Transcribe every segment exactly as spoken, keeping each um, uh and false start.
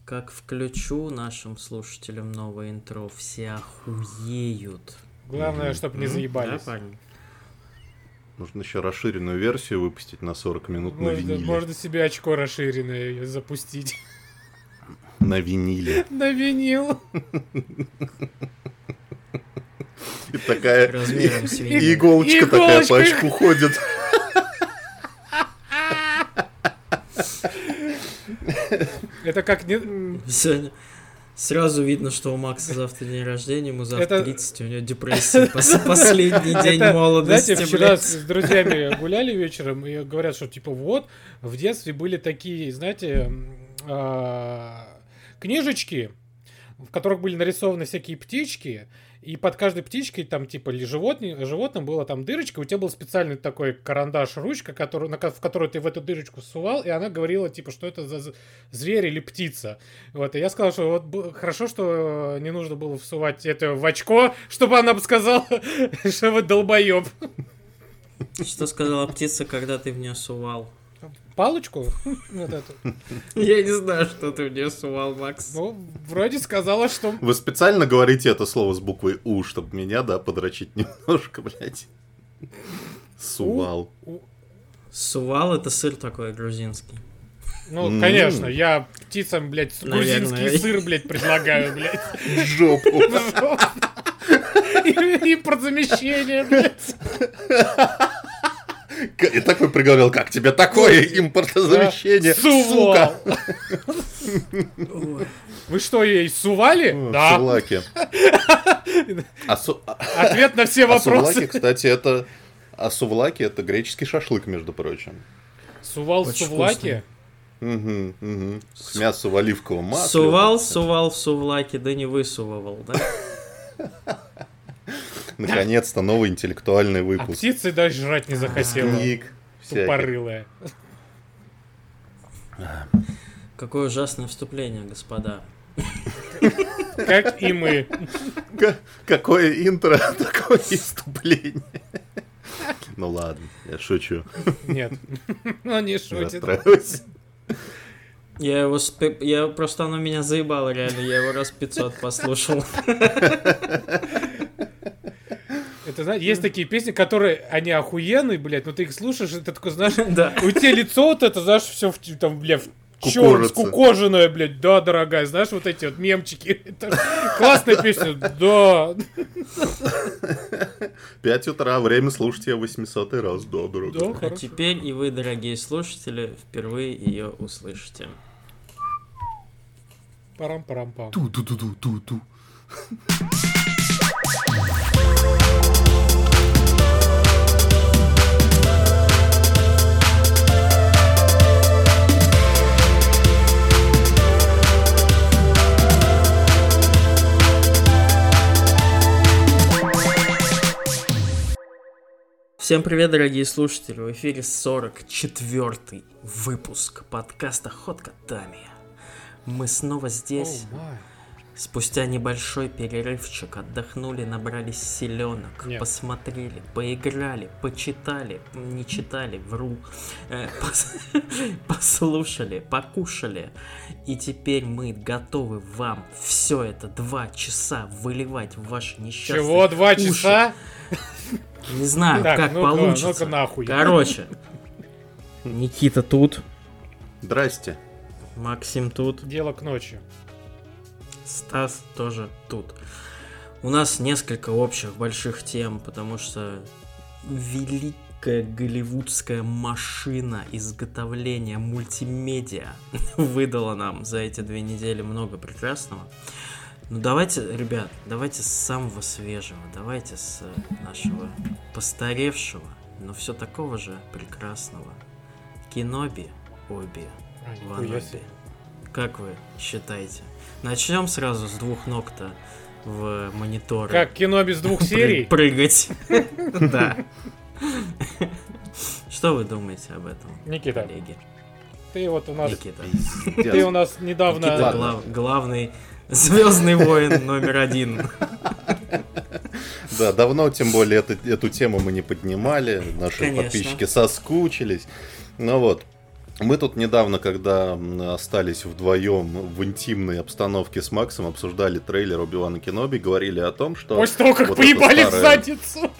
как включу нашим слушателям новое интро, все охуеют. Главное, чтобы не заебались. Да, парни? Нужно еще расширенную версию выпустить на сорок минут на Можно, виниле. можно себе очко расширенное запустить. На виниле. На винил. И такая Размером с винил. и иголочка такая по Иголочка. очку ходит. Это как... не- Сегодня сразу видно, что у Макса завтра день рождения, ему завтра Это- тридцать, у него депрессия. Пос- Последний день Это, молодости, знаете, вчера блядь. с друзьями гуляли вечером и говорят, что типа вот, в детстве были такие, знаете, м, а, книжечки, в которых были нарисованы всякие птички, и под каждой птичкой там типа или животни- животным была там дырочка, у тебя был специальный такой карандаш, ручка, который, на ко- в которую ты в эту дырочку сувал, и она говорила типа, что это за з- зверь или птица. Вот, и я сказал, что вот б- хорошо, что не нужно было всувать это в очко, чтобы она бы сказала, что вы долбоеб. Что сказала птица, когда ты в нее сувал? Палочку? Вот эту. Я не знаю, что ты в нее сувал, Макс. Ну, вроде сказала, что... Вы специально говорите это слово с буквой У, чтобы меня, да, подрочить немножко, блядь. Сувал. У- Сувал — это сыр такой грузинский. Ну, М. конечно, я птицам, блядь, Наверное. грузинский сыр, блядь, предлагаю, блядь. Жопу. И импортзамещение, блядь. И так вы приговорил, как тебе такое импортозамещение, Сувал. сука. Ой. Вы что, ей сували? О, Да. Сувлаки. А су- а- Ответ на все а сувлаки, вопросы. кстати, это... А сувлаки это греческий шашлык, между прочим. Сувал Очень сувлаки? Угу, угу. С мясом в оливковом масле. Сувал, Вот это всё. сувал в сувлаки, да не высувывал, да? Наконец-то новый интеллектуальный А выпуск. птицы даже жрать не захотела. Книг всяких. Тупорылая. Какое ужасное вступление, господа. Как и мы. К- Какое интро, такое и вступление. Ну ладно, я шучу. Нет. Он не Не шутит. расстраивайся. Я его спе- я просто оно меня заебало, реально, я его раз пятьсот послушал. Это, знаешь, есть такие песни, которые, они охуенные, блядь, но ты их слушаешь, и ты такой, знаешь, Да. у тебя лицо вот это, знаешь, все там, блядь, черт, Кукуруза. скукоженное, блядь, да, дорогая, знаешь, вот эти вот мемчики. Это классная песня, да. Пять утра, время слушать я восьмисотый раз. Да, Да, дорога. А хорошо. теперь и вы, дорогие слушатели, впервые ее услышите. Парам-парам-пам. Ту-ту-ту-ту-ту-ту. Всем привет, дорогие слушатели! В эфире сорок четвёртый выпуск подкаста «Ход котами». Мы снова здесь. Оу, май. Спустя небольшой перерывчик отдохнули, набрались силенок, Нет. посмотрели, поиграли, почитали, не читали, вру, э, пос- послушали, покушали. И теперь мы готовы вам все это два часа выливать в ваши несчастные Чего, два уши. часа? Не знаю, Так, как ну-ка, получится. ну-ка нахуй. Короче, Никита тут, Здрасте. Максим тут. Дело к ночи. Стас тоже тут. У нас несколько общих больших тем, потому что великая голливудская машина изготовления мультимедиа выдала нам за эти две недели много прекрасного. Ну давайте, ребят, давайте с самого свежего, давайте с нашего постаревшего, но все такого же прекрасного. Киноби Оби А, нихуя Ваноби. себе. Как вы считаете? Начнем сразу с двух ног-то в мониторы. Как кино без двух Пры- серий? Прыгать. Да. Что вы думаете об этом, Никита, коллеги? ты вот у нас... Никита. Ты у нас недавно... Никита Ладно. глав- главный звездный воин номер один. Да, давно, тем более, это- эту тему мы не поднимали. Наши Конечно. подписчики соскучились. Ну вот. Мы тут недавно, когда остались вдвоем в интимной обстановке с Максом, обсуждали трейлер Оби-Вана Кеноби, говорили о том, что... После того, как вот поебали старая... в задницу.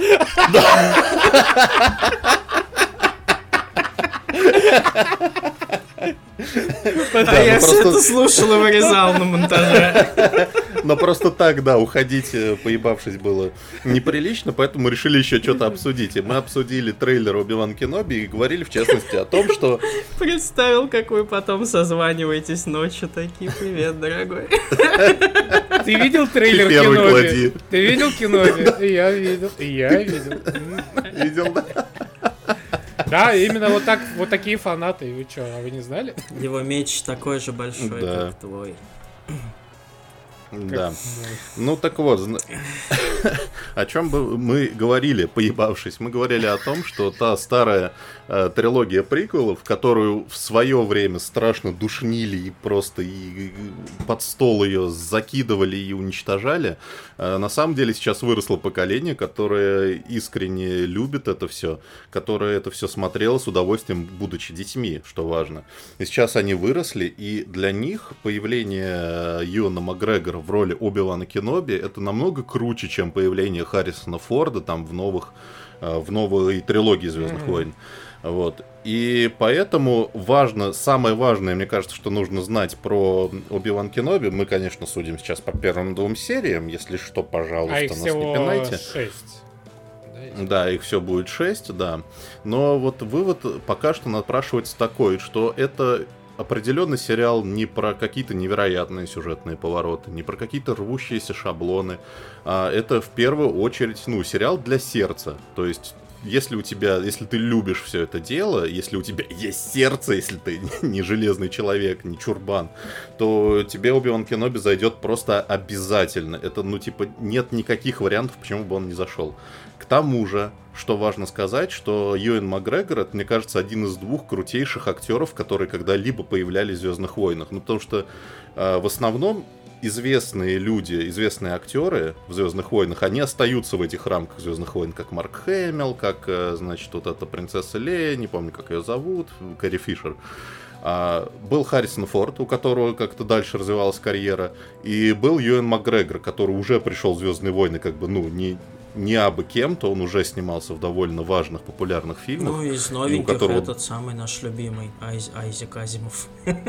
А я все это слушал и вырезал на монтаже. Но просто так, да, уходить, поебавшись, было неприлично, поэтому мы решили еще что-то обсудить. И мы обсудили трейлер Оби-Ван Кеноби и говорили, в частности, о том, что... Представил, как вы потом созваниваетесь ночью, такие: привет, дорогой. Ты видел трейлер Кеноби? Ты видел Кеноби? Я видел, я видел. Видел, да? Да, именно вот так, вот такие фанаты. Вы что, а вы не знали? Его меч такой же большой, да. как твой. Да. Ну так вот, о чем бы мы говорили, поебавшись? Мы говорили о том, что та старая э, трилогия приквелов, которую в свое время страшно душнили и просто и, и под стол ее закидывали и уничтожали, э, на самом деле сейчас выросло поколение, которое искренне любит это все, которое это все смотрело с удовольствием, будучи детьми, что важно. И сейчас они выросли, и для них появление Юэна Макгрегора в роли Оби-Вана Кеноби это намного круче, чем появление Харрисона Форда там в новых, в новой трилогии «Звездных mm-hmm. войн». Вот. И поэтому важно, самое важное, мне кажется, что нужно знать про Оби-Ван Кеноби. Мы, конечно, судим сейчас по первым двум сериям. Если что, пожалуйста, а их нас всего не пинайте. шесть. Да, их все будет шесть, да. Но вот вывод пока что напрашивается такой, что это определенный сериал не про какие-то невероятные сюжетные повороты, не про какие-то рвущиеся шаблоны. А это в первую очередь, ну, сериал для сердца. То есть, если у тебя, если ты любишь все это дело, если у тебя есть сердце, если ты не железный человек, не чурбан, то тебе Оби-Ван Кеноби зайдет просто обязательно. Это, ну, типа, нет никаких вариантов, почему бы он не зашел. К тому же, что важно сказать, что Юэн Макгрегор, это, мне кажется, один из двух крутейших актеров, которые когда-либо появлялись в «Звездных войнах». Ну, потому что э, в основном известные люди, известные актеры в «Звездных войнах», они остаются в этих рамках «Звездных войн», как Марк Хэмилл, как, э, значит, вот эта принцесса Лея, не помню, как ее зовут, Кэрри Фишер. А, был Харрисон Форд, у которого как-то дальше развивалась карьера, и был Юэн Макгрегор, который уже пришел в «Звездные войны», как бы, ну, не... не абы кем-то, он уже снимался в довольно важных, популярных фильмах. Ну, из новеньких которого... этот самый наш любимый Айз... Айзек Азимов.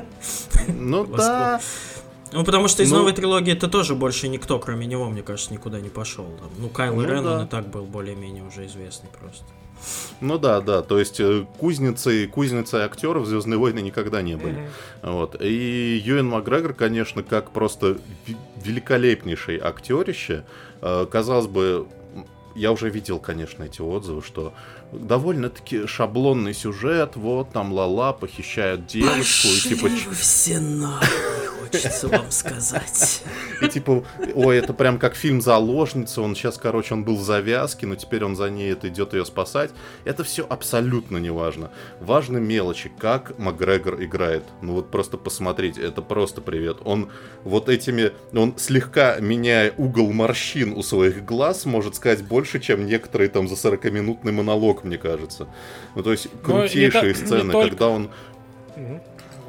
Ну да. Ну, потому что из ну... новой трилогии это тоже больше никто, кроме него, мне кажется, никуда не пошел. Ну, Кайло ну, Рен, да. он и так был более-менее уже известный просто. Ну да, да, то есть кузницей, кузницей актеров «Звездные войны» никогда не были. Mm-hmm. Вот. И Юэн Макгрегор, конечно, как просто великолепнейший актерище, казалось бы, я уже видел, конечно, эти отзывы, что довольно-таки шаблонный сюжет, вот там ла-ла похищают девушку. Пошли и типа вы все нахуй, хочется вам сказать. И типа, ой, это прям как фильм «Заложница», он сейчас, короче, он был в завязке, но теперь он за ней это идет ее спасать. Это все абсолютно не важно. Важны мелочи, как Макгрегор играет. Ну вот просто посмотрите, это просто привет. Он вот этими, он слегка меняя угол морщин у своих глаз, может сказать больше, чем некоторые там за сорокаминутный монолог, мне кажется. Ну то есть крутейшие не сцены, не только... когда он... Угу.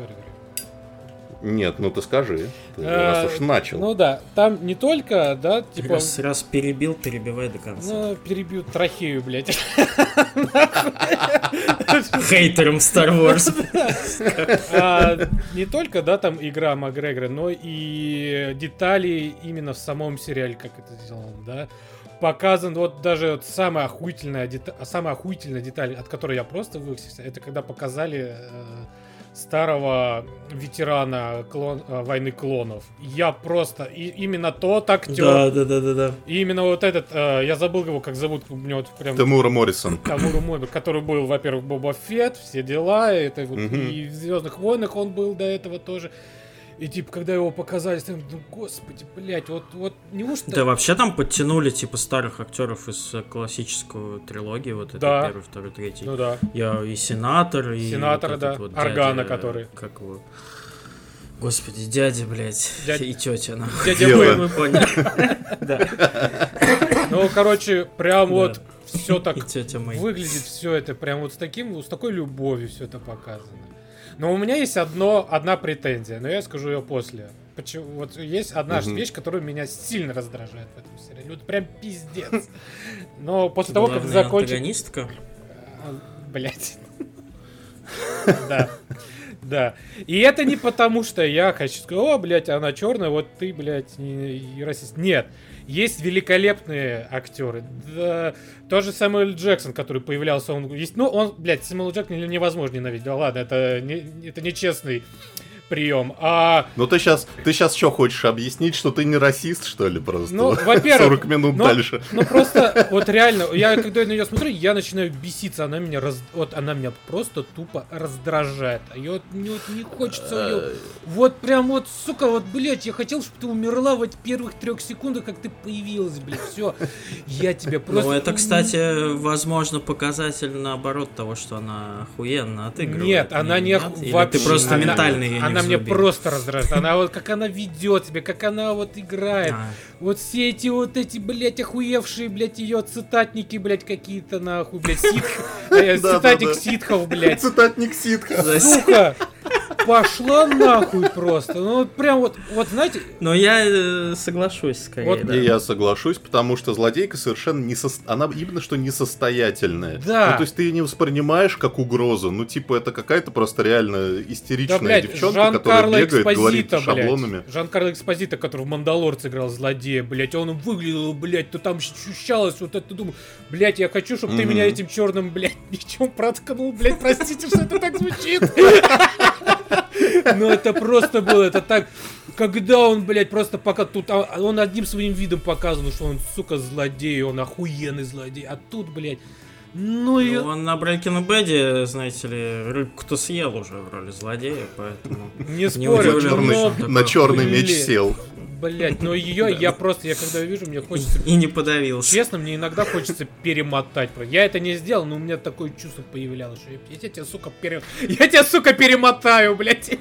Нет, ну ты скажи, ты а, раз уж начал. Ну да, там не только, да, типа... Раз, раз перебил, перебивай до конца. Ну, перебью трахею, блядь. Хейтером Star Wars. Не только, да, там игра Макгрегора, но и детали именно в самом сериале, как это сделано, да. Показан, вот даже вот самая охуительная деталь, самая охуительная деталь, от которой я просто выксился, это когда показали э, старого ветерана клон, э, войны клонов. Я просто, и, именно тот актер. Да, да, да, да, да. И именно вот этот, э, я забыл его, как зовут, у меня вот прям... Темура Моррисон. Темура Моррисон, который был, во-первых, Боба Фетт, все дела, это вот, угу. И в «Звездных войнах» он был до этого тоже. И типа, когда его показали, я думаю, господи, блядь, вот, вот неужто... Да вообще там подтянули типа старых актеров из классического трилогии, вот это да. первый, второй, третий. Ну да. Я и Сенатор, и... Сенатора, вот да, вот Органа, дядя, который... Как его... Господи, дядя, блядь, дядя... и тетя, нахуй. Дядя Б. Мы поняли. Да. Ну, короче, прям вот все так выглядит, все это прям вот с таким, с такой любовью все это показано. Но у меня есть одно, одна претензия, но я скажу ее после. Почему? Вот есть одна Мгм. вещь, которая меня сильно раздражает в этом сериале. Вот прям пиздец. Но после того, как Главная закончить... антагонистка. Блять. Да. Да. И это не потому, что я хочу сказать, о, блядь, она черная, вот ты, блядь, не, не расист. Нет. Есть великолепные актеры. Да, тот же Сэмюэл Джексон, который появлялся, он есть. Ну, он, блядь, Сэмюэл Джексон невозможно ненавидеть. Да ладно, это, не, это нечестный прием. А... Ну ты сейчас, ты сейчас что, хочешь объяснить, что ты не расист, что ли, просто? Ну, во-первых, сорок минут но, дальше. Ну просто, вот реально, я когда на нее смотрю, я начинаю беситься, она меня раз, вот она меня просто тупо раздражает. А я вот, мне вот не хочется ее, вот прям вот, сука, вот, блядь, я хотел, чтобы ты умерла в этих первых трех секундах, как ты появилась, блядь, все, я тебя просто... Ну, это, кстати, возможно, показатель, наоборот, того, что она охуенно отыгрывает. Нет, она не оху... вообще. Ты просто она, ментально ее не Она мне взлюбил? просто раздражает. Она вот, как она ведет себя, как она вот играет. А. Вот все эти вот эти, блядь, охуевшие, блядь, ее цитатники, блядь, какие-то нахуй, блядь, ситх... э, цитатик ситхов, блядь. Цитатник ситха. Сука! Пошла нахуй просто. Ну вот прям вот, вот знаете... Но я э, соглашусь скорее, Вот да. И я соглашусь, потому что злодейка совершенно не со... она именно что несостоятельная. Да. Ну, то есть ты ее не воспринимаешь как угрозу. Ну, типа, это какая-то просто реально истеричная Да, блядь, девчонка, которая Жан-Карло бегает, говорит Экспозито, шаблонами. блядь. Жан-Карло Экспозито, который в «Мандалорце» играл злодея, блядь, он выглядел, блядь, то там ощущалось вот это, думаю, блядь, я хочу, чтобы ты Мгм. меня этим черным, блядь, мечом проткнул, блядь, простите, что это так звучит. Ну это просто было, это так, когда он, блядь, просто пока тут, а, он одним своим видом показывал, что он, сука, злодей, он охуенный злодей, а тут, блядь, ну и... Ну, он на Breaking Bad, знаете ли, рыбку-то съел уже в роли злодея, поэтому... Не спорю, удивлен, но... что На черный меч блин. сел. Блять, но ее я просто, я когда вижу, мне хочется... И не подавился. Честно, мне иногда хочется перемотать. Я это не сделал, но у меня такое чувство появлялось, что я, я тебя, сука, пере... Я тебя, сука, перемотаю, блядь.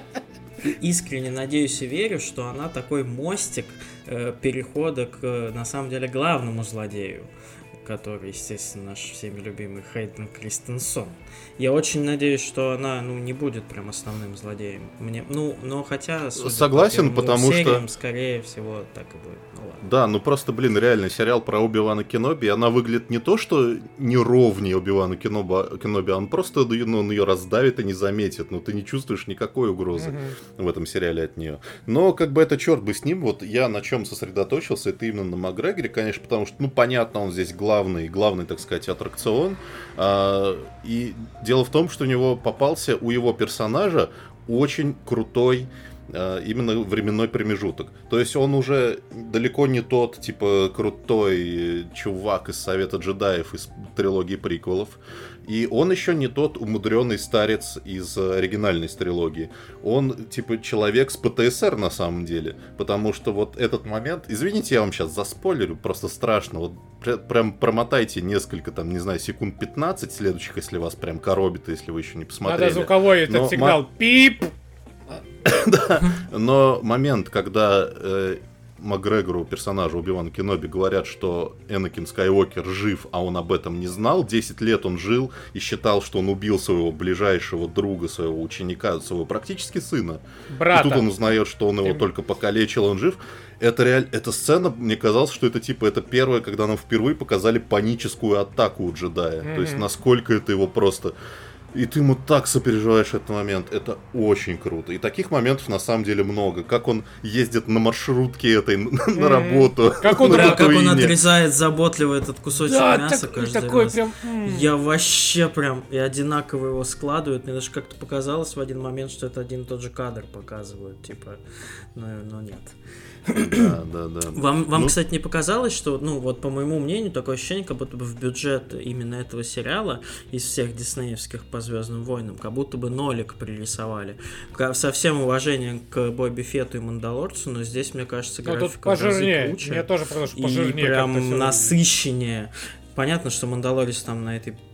Искренне надеюсь и верю, что она такой мостик э, перехода к, э, на самом деле, главному злодею, который, естественно, наш всеми любимый Хейден Кристенсен. Я очень надеюсь, что она, ну, не будет прям основным злодеем. Мне, ну, но хотя... судя Согласен, по первым потому что- сериям, скорее всего, так и будет. Ну ладно. Да, ну просто, блин, реально, сериал про Оби-Вана Кеноби, она выглядит не то, что неровнее Оби-Вана Кеноба, Кеноби, он просто, ну, он ее раздавит и не заметит, но ты не чувствуешь никакой угрозы в этом сериале от нее. Но, как бы, это черт бы с ним, вот я на чем сосредоточился, это именно на Макгрегоре, конечно, потому что, ну, понятно, он здесь главный, главный, так сказать, аттракцион, а, и дело в том, что у него попался, у его персонажа очень крутой именно временной промежуток. То есть он уже далеко не тот, типа, крутой чувак из Совета джедаев из трилогии приквелов. И он еще не тот умудренный старец из оригинальной трилогии. Он, типа, человек с ПТСР на самом деле. Потому что вот этот момент... Извините, я вам сейчас заспойлерю, просто страшно. Вот пр- прям промотайте несколько, там, не знаю, секунд пятнадцать следующих, если вас прям коробит, если вы еще не посмотрели. Надо звуковой этот Но сигнал. ма- Пип! Да, но момент, когда э, Макгрегору, персонажу Оби-Вана Кеноби, говорят, что Энакин Скайуокер жив, а он об этом не знал, десять лет он жил и считал, что он убил своего ближайшего друга, своего ученика, своего практически сына. Брата. И тут он узнает, что он его Ты- только покалечил, он жив. Это реально, эта сцена, мне казалось, что это типа, это первое, когда нам впервые показали паническую атаку у джедая. То есть, Мгм. насколько это его просто... И ты ему так сопереживаешь этот момент. Это очень круто. И таких моментов на самом деле много. Как он ездит на маршрутке этой на, на Мгм. работу. Как он- на Да, как он Татуине. отрезает заботливо этот кусочек Да, мяса так- каждый такой раз. прям... м. Я вообще прям и одинаково его складывают. Мне даже как-то показалось в один момент, что это один и тот же кадр показывают. Типа, ну, но нет. Да, да, да. Вам, вам Ну, кстати, не показалось, что, ну, вот по моему мнению, такое ощущение, как будто бы в бюджет именно этого сериала из всех диснеевских по Звездным войнам, как будто бы нолик пририсовали. Ка- Со всем уважением к Боби Фетту и Мандалорцу, но здесь, мне кажется, Ну, тут графика в разы пожирнее. круче Мне тоже показалось, что и пожирнее прям как-то всё. насыщеннее. Понятно, что Мандалорец там на этой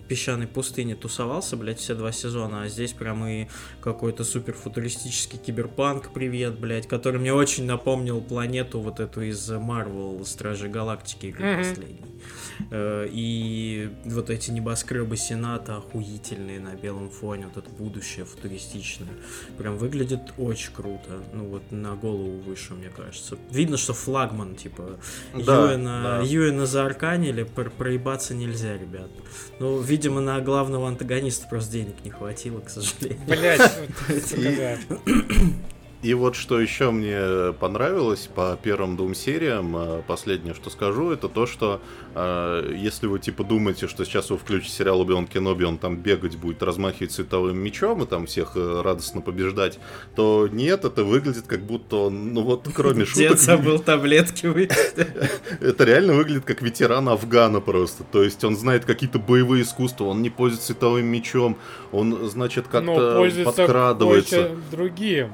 песчаной пустыне тусовался, блядь, все два сезона, а здесь прям и какой-то супер футуристический киберпанк, привет, блядь, который мне очень напомнил планету вот эту из Marvel, Стражи Галактики, игры mm-hmm. последней. И вот эти небоскребы Сената охуительные на белом фоне, вот это будущее футуристичное. Прям выглядит очень круто. Ну вот на голову выше, мне кажется. Видно, что флагман, типа, да, Юэна, да. Юэна заарканили, про- проебаться нельзя, ребят. Ну, видимо, на главного антагониста просто денег не хватило, к сожалению. Блять, И вот что еще мне понравилось по первым двум сериям, последнее, что скажу, это то, что э, если вы типа думаете, что сейчас вы включите сериал Оби-Ван Кеноби, он там бегать будет, размахивать световым мечом и там всех радостно побеждать, то нет, это выглядит как будто он, ну вот кроме шуток... Дед забыл таблетки выпить. Это реально выглядит как ветеран Афгана просто, то есть он знает какие-то боевые искусства, он не пользуется световым мечом, он, значит, как-то подкрадывается. Другим.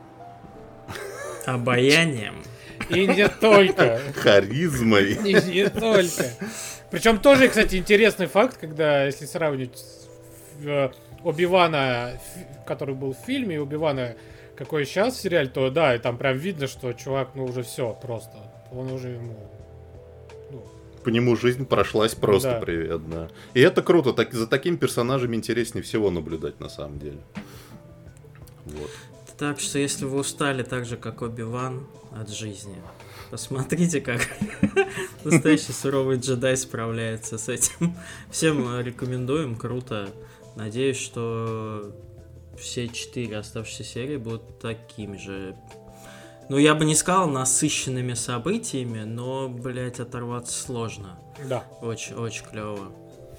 Обаянием. И не только. Харизмой. И не только. Причем тоже, кстати, интересный факт, когда, если сравнивать э, Оби-Вана, который был в фильме, и Оби-Вана, какой сейчас в сериале, то да, и там прям видно, что чувак, ну, уже все просто. Он уже ему... Ну... По нему жизнь прошлась просто, да. Привет, да. И это круто, так, за такими персонажами интереснее всего наблюдать, на самом деле. Вот. Так что, если вы устали так же, как Оби-Ван от жизни, посмотрите, как настоящий суровый джедай справляется с этим. Всем рекомендуем, круто. Надеюсь, что все четыре оставшиеся серии будут такими же. Ну, я бы не сказал насыщенными событиями, но, блять, оторваться сложно. Да. Очень-очень клево.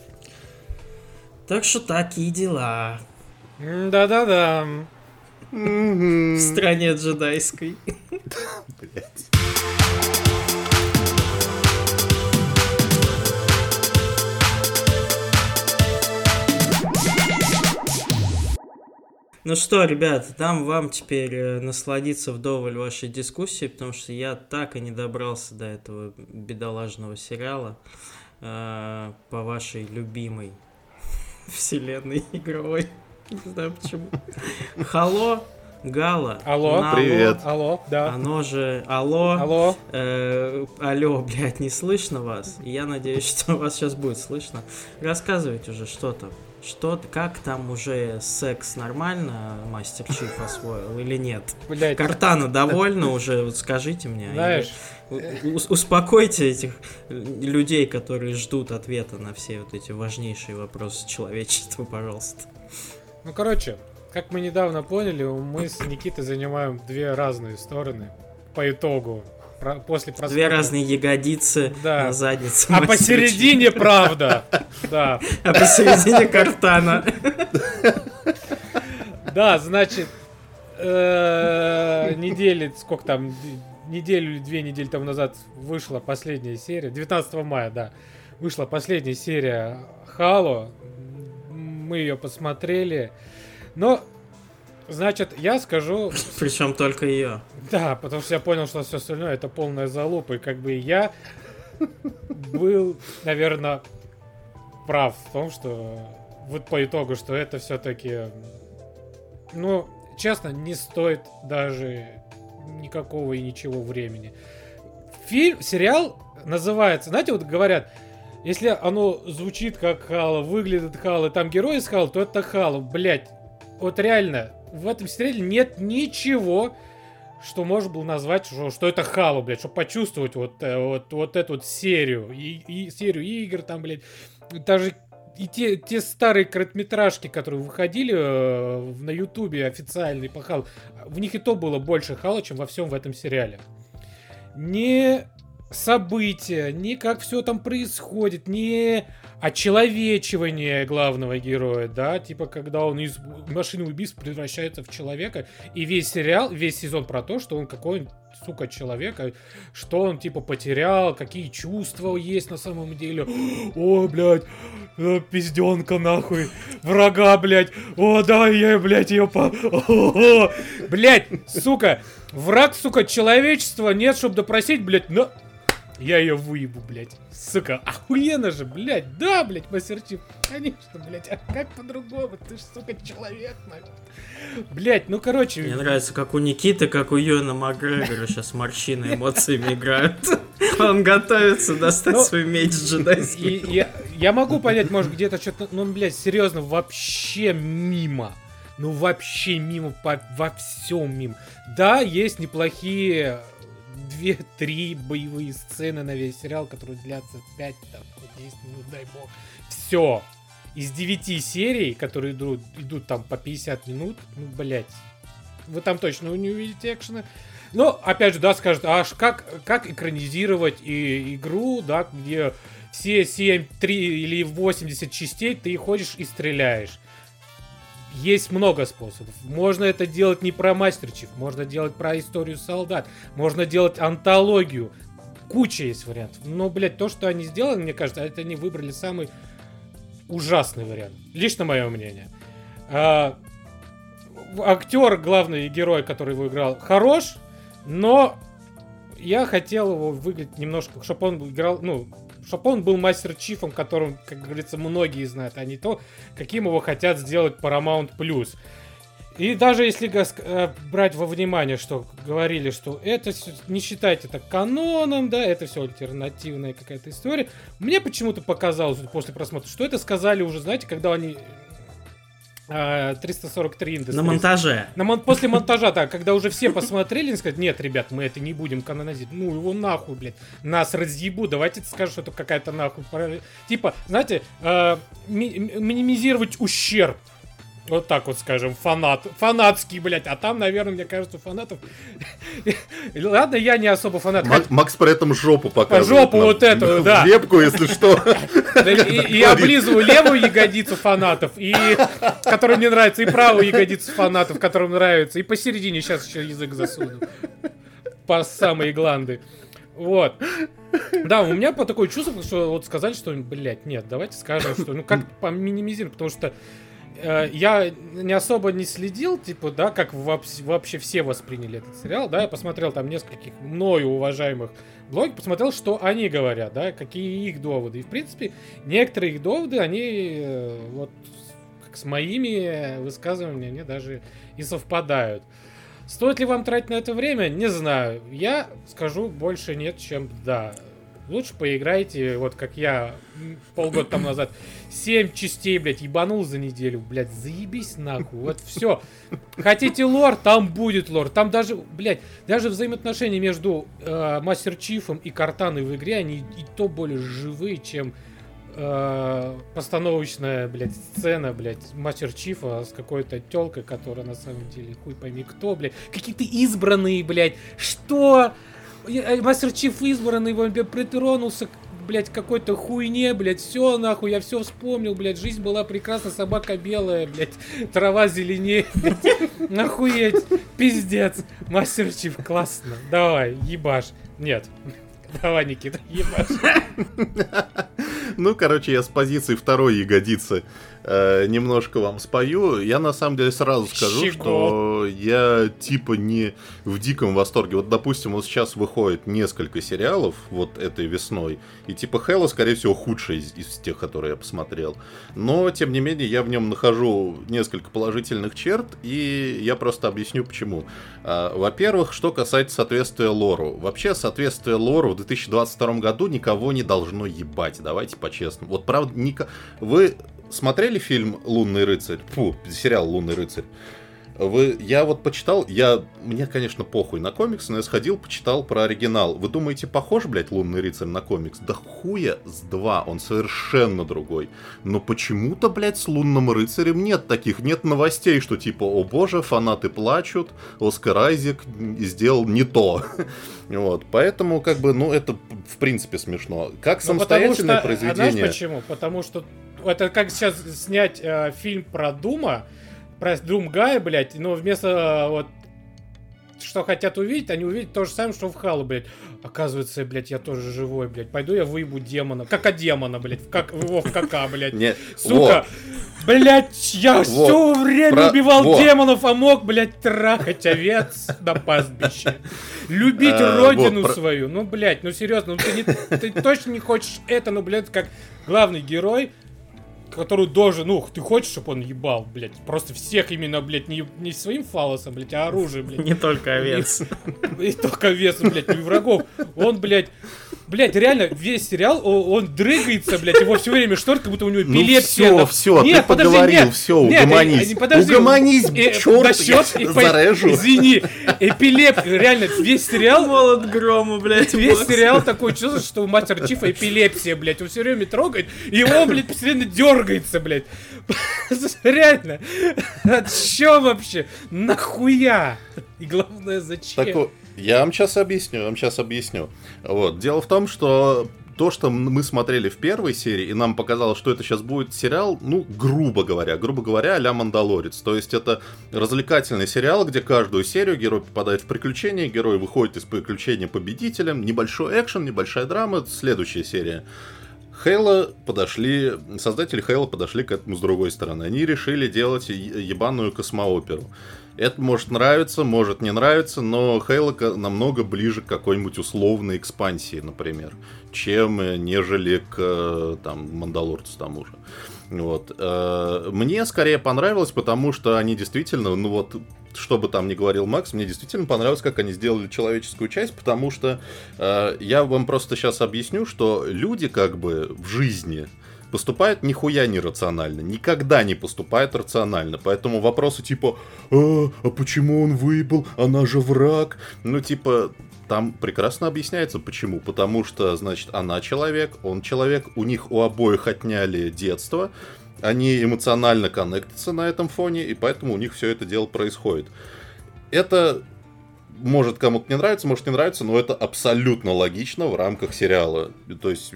Так что такие дела. Да-да-да. В стране джедайской. Блять. Ну что, ребята, там вам теперь э, насладиться вдоволь вашей дискуссии, потому что я так и не добрался до этого бедолажного сериала э, по вашей любимой вселенной игровой. Не знаю почему. Хало, Гала. Алло, Нало, привет. Алло, да. Оно же алло. Алло. Э, алло, блядь, не слышно вас. И я надеюсь, что вас сейчас будет слышно. Рассказывайте уже, что там. Что, как там уже секс нормально Мастер Чиф освоил или нет? Блядь. Картана довольна уже, вот скажите мне. Знаешь... Или, успокойте этих людей, которые ждут ответа на все вот эти важнейшие вопросы человечества, пожалуйста. Ну, короче, как мы недавно поняли, мы с Никитой занимаем две разные стороны по итогу. Про, после просмотра. Две разные ягодицы да. на заднице. А посередине правда. Да. А посередине Картана. Да, значит, недели, сколько там, неделю или две недели тому назад вышла последняя серия, девятнадцатого мая, да, вышла последняя серия Halo. Мы ее посмотрели. Но, значит, я скажу... Причем только ее. Да, потому что я понял, что все остальное это полная залупа. И как бы я был, наверное, прав в том, что вот по итогу, что это все-таки... Ну, честно, не стоит даже никакого и ничего времени. Фильм, сериал называется... Знаете, вот говорят... Если оно звучит как Halo, выглядит Halo, и там герой из Halo, то это Halo. Блять, вот реально, в этом сериале нет ничего, что можно было назвать, что, что это Halo, блядь, чтобы почувствовать вот, вот, вот эту вот серию, и, и серию игр там, блядь. Даже и те, те старые короткометражки, которые выходили э, на Ютубе официальные по Halo, в них и то было больше Halo, чем во всем в этом сериале. Не... события, не как все там происходит, не очеловечивание главного героя, да, типа когда он из машины убийств превращается в человека, и весь сериал, весь сезон про то, что он какой-нибудь, сука, человек, что он типа потерял, какие чувства есть на самом деле. О, блядь, пизденка нахуй, врага, блядь, о, давай я, блядь, ее по... О-о-о. Блядь, сука, враг, сука, человечества нет, чтобы допросить, блядь, на... Я ее выебу, блядь. Сука, охуенно же, блядь. Да, блядь, Мастер Чиф. Конечно, блядь. А как по-другому? Ты ж, сука, человек, нахуй. Блядь, ну короче. Мне нравится, как у Никиты, как у Юэна Макгрегора сейчас морщины эмоциями играют. Он готовится достать ну, свой меч джедайский. Я, я могу понять, может, где-то что-то... Ну, блядь, серьезно, вообще мимо. Ну, вообще мимо, по, во всем мимо. Да, есть неплохие... две-три боевые сцены на весь сериал, которые длятся пять десять минут, дай бог. Все. Из девяти серий, которые идут, идут там по пятьдесят минут, ну, блять, вы там точно не увидите экшена. Но, опять же, да, скажут, аж как, как экранизировать и, игру, да, где все семь, три или восемьдесят частей ты ходишь и стреляешь. Есть много способов. Можно это делать не про Мастер Чиф, можно делать про историю солдат, можно делать антологию. Куча есть вариантов. Но, блядь, то, что они сделали, мне кажется, это они выбрали самый ужасный вариант. Лично мое мнение. А, актер, главный герой, который его играл, хорош, но я хотел его выглядеть немножко, чтобы он играл, ну, чтобы он был Мастер Чифом, которым, как говорится, многие знают, а не то, каким его хотят сделать Paramount+. И даже если э, брать во внимание, что говорили, что это не считайте это каноном, да, это все альтернативная какая-то история, мне почему-то показалось после просмотра, что это сказали уже, знаете, когда они... триста сорок три Industries. На монтаже. На мон- после монтажа, так, когда уже все посмотрели и сказать, нет, ребят, мы это не будем канонизировать. Ну, его нахуй, блядь. Нас разъебу. Давайте ты скажешь, что это какая-то нахуй. Типа, знаете, э, ми- минимизировать ущерб. Вот так вот, скажем, фанат. Фанатский, блядь. А там, наверное, мне кажется, у фанатов... Ладно, я не особо фанат. Мак- Макс при этом жопу показывает. Жопу вот эту, да. Лепку, если что. И облизываю левую ягодицу фанатов, и которая мне нравится, и правую ягодицу фанатов, которым нравится, и посередине сейчас еще язык засуну. По самые гланды. Вот. Да, у меня по такое чувство, что вот сказали, что, блядь, нет, давайте скажем, что, ну, как поминимизировать, потому что э, я не особо не следил, типа, да, как вообще, вообще все восприняли этот сериал, да, я посмотрел там нескольких мною уважаемых блогеров, посмотрел, что они говорят, да, какие их доводы, и, в принципе, некоторые их доводы, они, э, вот, как с моими высказываниями, они даже и совпадают. Стоит ли вам тратить на это время? Не знаю. Я скажу больше нет, чем да. Лучше поиграйте, вот как я полгода там назад, семь частей, блядь, ебанул за неделю, блядь, заебись нахуй, вот все. Хотите лор, там будет лор. Там даже, блядь, даже взаимоотношения между э, Мастер Чифом и Картаной в игре, они и то более живые, чем э, постановочная, блядь, сцена, блядь, Мастер Чифа с какой-то тёлкой, которая на самом деле хуй пойми кто, блядь. Какие-то избранные, блядь. Что? Мастер Чиф избранный, его притронулся, блядь, какой-то хуйне, блядь, все нахуй, я все вспомнил, блядь, жизнь была прекрасна, собака белая, блядь, трава зеленее, блядь, охуеть, пиздец, Мастер Чиф, классно, давай, ебашь, нет, давай, Никита, ебашь. Ну, короче, я с позиции второй ягодицы э, немножко вам спою. Я на самом деле сразу скажу, Чего? что я типа не в диком восторге. Вот, допустим, вот сейчас выходит несколько сериалов вот этой весной, и типа Хэлло, скорее всего, худший из, из тех, которые я посмотрел. Но, тем не менее, я в нем нахожу несколько положительных черт, и я просто объясню, почему. А, во-первых, что касается соответствия лору. Вообще, соответствие лору в две тысячи двадцать втором году никого не должно ебать. Давайте по-честному. Вот правда, Ника... Вы смотрели фильм «Лунный рыцарь»? Фу, сериал «Лунный рыцарь». Вы... Я вот почитал, я... Мне, конечно, похуй на комиксы, но я сходил, почитал про оригинал. Вы думаете, похож, блядь, «Лунный рыцарь» на комикс? Да хуя с два, он совершенно другой. Но почему-то, блядь, с «Лунным рыцарем» нет таких, нет новостей, что типа, о боже, фанаты плачут, Оскар Айзек сделал не то. Вот, поэтому, как бы, ну, это, в принципе, смешно. Как самостоятельное что, произведение... А знаешь почему? Потому что это как сейчас снять э, фильм про Дума, про Думгая, блядь, но вместо э, вот что хотят увидеть, они увидят то же самое, что в Хало, блядь. Оказывается, блядь, я тоже живой, блядь. Пойду я выебу демона. Кака демона, блядь. В как... Его в кака, блядь. Нет. Сука. Вот. Блядь, я вот. все время Про... убивал вот. демонов, а мог, блядь, трахать овец на пастбище. Любить родину вот. свою. Ну, блядь, ну серьезно, ну ты, не, ты точно не хочешь это, ну, блядь, как главный герой, который должен, ну, ты хочешь, чтобы он ебал, блядь, просто всех именно, блядь, не, не своим фалосом, блядь, а оружием, блядь. Не только овец. И, и только овец, блядь, и врагов. Он, блядь, блядь, реально, весь сериал, он, он дрыгается, блядь, его все время шторт, как будто у него эпилепсия. Ну все, все, нет, ты подожди, поговорил, нет, все, нет, угомонись. Нет, подожди, угомонись, э, черт, я зарежу. Извини, эпилеп, реально, весь сериал... Молот грома, блядь. Весь сериал такое чувство, что у Мастера Чифа эпилепсия, блядь, он все время трогает, и его, блядь, постоянно дергается, блядь. Реально. Че вообще? Нахуя? И главное, зачем? Так, я вам сейчас объясню, я вам сейчас объясню. Вот. Дело в том, что то, что мы смотрели в первой серии, и нам показалось, что это сейчас будет сериал, ну, грубо говоря, грубо говоря, а-ля «Мандалорец». То есть это развлекательный сериал, где каждую серию герой попадает в приключения, герой выходит из приключения победителем, небольшой экшен, небольшая драма, следующая серия. Хейла подошли, создатели Хейла подошли к этому с другой стороны. Они решили делать ебаную космооперу. Это может нравиться, может не нравиться, но Хейла намного ближе к какой-нибудь условной экспансии, например, чем нежели к там, Мандалорцу тому же. Вот. Мне скорее понравилось, потому что они действительно, ну вот, что бы там ни говорил Макс, мне действительно понравилось, как они сделали человеческую часть, потому что э, я вам просто сейчас объясню, что люди как бы в жизни поступают нихуя нерационально, никогда не поступают рационально, поэтому вопросы типа «А, а почему он выебал? Она же враг!» Ну типа... Там прекрасно объясняется, почему. Потому что, значит, она человек, он человек, у них у обоих отняли детство, они эмоционально коннектятся на этом фоне, и поэтому у них все это дело происходит. Это может кому-то не нравится, может не нравится, но это абсолютно логично в рамках сериала. То есть,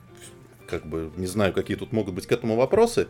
как бы, не знаю, какие тут могут быть к этому вопросы.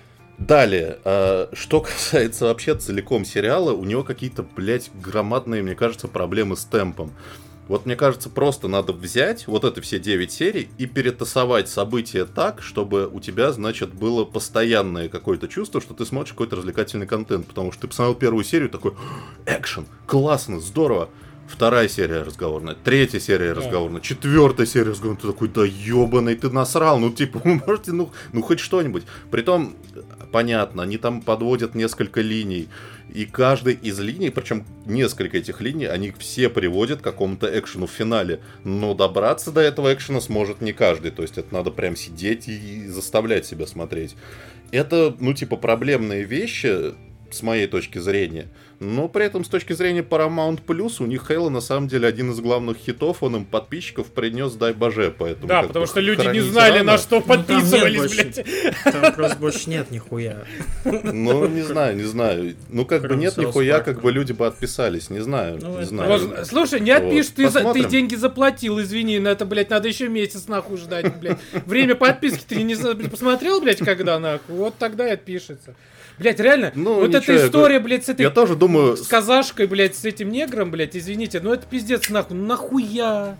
Далее, э, что касается вообще целиком сериала, у него какие-то, блядь, громадные, мне кажется, проблемы с темпом. Вот мне кажется, просто надо взять вот это все девять серий и перетасовать события так, чтобы у тебя, значит, было постоянное какое-то чувство, что ты смотришь какой-то развлекательный контент. Потому что ты посмотрел первую серию, такой, экшен, классно, здорово. Вторая серия разговорная, третья серия разговорная, четвертая серия разговорная. Ты такой, да ебаный, ты насрал. Ну, типа, вы можете, ну, ну хоть что-нибудь. Притом, понятно, они там подводят несколько линий. И каждой из линий, причем несколько этих линий, они все приводят к какому-то экшену в финале. Но добраться до этого экшена сможет не каждый. То есть это надо прям сидеть и заставлять себя смотреть. Это, ну, типа, проблемные вещи, с моей точки зрения. Но при этом, с точки зрения Paramount Plus, у них Хейла на самом деле один из главных хитов, он им подписчиков принес, дай боже, поэтому... Да, потому что люди не знали, рано. На что подписывались, ну, блядь. Там просто больше нет нихуя. Ну, не знаю, не знаю. Ну, как бы нет нихуя, как бы люди бы отписались, не знаю, не знаю. Слушай, не отпишешь, ты деньги заплатил, извини, на это, блядь, надо еще месяц нахуй ждать, блядь. Время подписки ты не посмотрел, блядь, когда нахуй? Вот тогда и отпишется. Блять, реально, ну, вот ничего, эта история, я, блядь, с этой... Я тоже думаю... С казашкой, блядь, с этим негром, блядь, извините, ну это пиздец, нахуй, нахуя?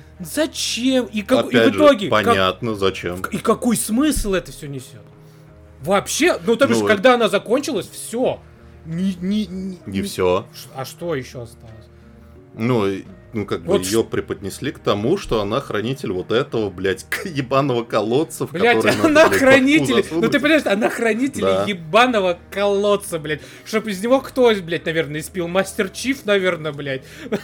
Зачем? И, как... и в итоге... Же, понятно, как... зачем. И какой смысл это все несет? Вообще, ну то бишь, ну, когда она закончилась, все. Не, не, не, не все. А что еще осталось? Ну... Ну, как вот бы ее ш... преподнесли к тому, что она хранитель вот этого, блядь, ебаного колодца, в блядь, который она надо, блядь, хранитель. Ну ты понимаешь, она хранитель да. ебаного колодца, блядь. Чтоб из него кто, блядь, наверное, испил? Мастер Чиф, наверное, блядь.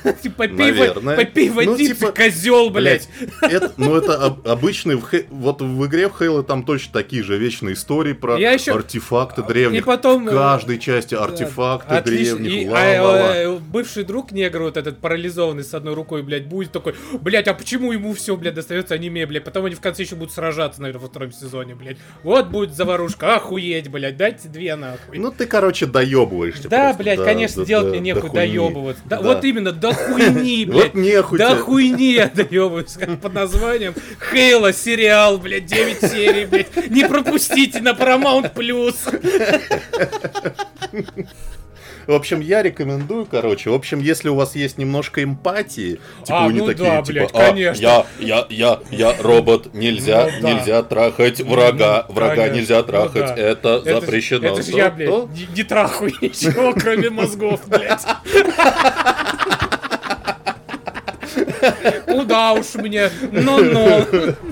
Попей водицы, козел, блядь. Ну, это обычный, вот в игре в Halo там точно такие же вечные истории про артефакты древних. В каждой части артефакты древних. Бывший друг негра, вот этот парализованный с одной рукой, блядь, будет такой, блядь, а почему ему все, блядь, достается аниме, блядь, потом они в конце еще будут сражаться, наверное, во втором сезоне, блядь. Вот будет заварушка, охуеть, блядь, дайте две нахуй. Ну ты, короче, доебываешься. Да, просто, блядь, да, конечно, да, делать да, мне нехуй да доебываться. Да, да. Вот именно, до хуйни, блядь. Вот нехуй. До хуйни я доебываюсь, как под названием Хейла сериал, блядь, девять серий, блядь. Не пропустите на Paramount Plus. В общем, я рекомендую, короче. В общем, если у вас есть немножко эмпатии, типа А, вы не ну такие, да, типа, блядь, а, конечно. я, я, я, я робот, нельзя, Ну да. нельзя трахать врага, Ну, врага конечно. нельзя Ну трахать, да. это, Это ж- запрещено. Это же То- я, блядь, то- не, не трахаю ничего, кроме мозгов, блядь. Куда уж мне, ну-ну.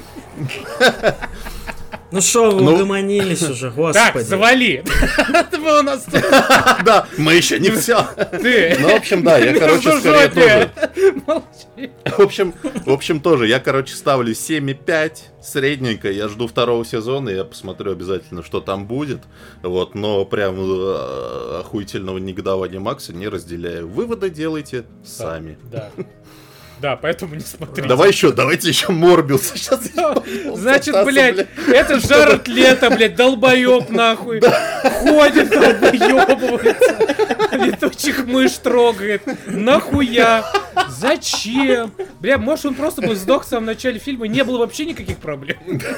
Ну шо, вы Ну. угомонились уже, господи. Так, завали. Вы у нас тут, Да, мы еще не все. ты. Ну, в общем, да, я, короче, Между скорее жопе. тоже. Молчи. В общем, в общем, тоже. Я, короче, ставлю семь и пять, средненько. Я жду второго сезона, я посмотрю обязательно, что там будет. Вот, но прям э, охуительного негодования Макса не разделяю. Выводы делайте сами. Да. Да, поэтому не смотрите. Давай еще, давайте еще Морбиуса. Сейчас Значит, блядь, это Джаред Лето, блядь, долбоеб нахуй. Ходит, долбоебывается. Летучих мышь трогает. Нахуя? Зачем? Бля, может он просто бы сдох в самом начале фильма и не было вообще никаких проблем.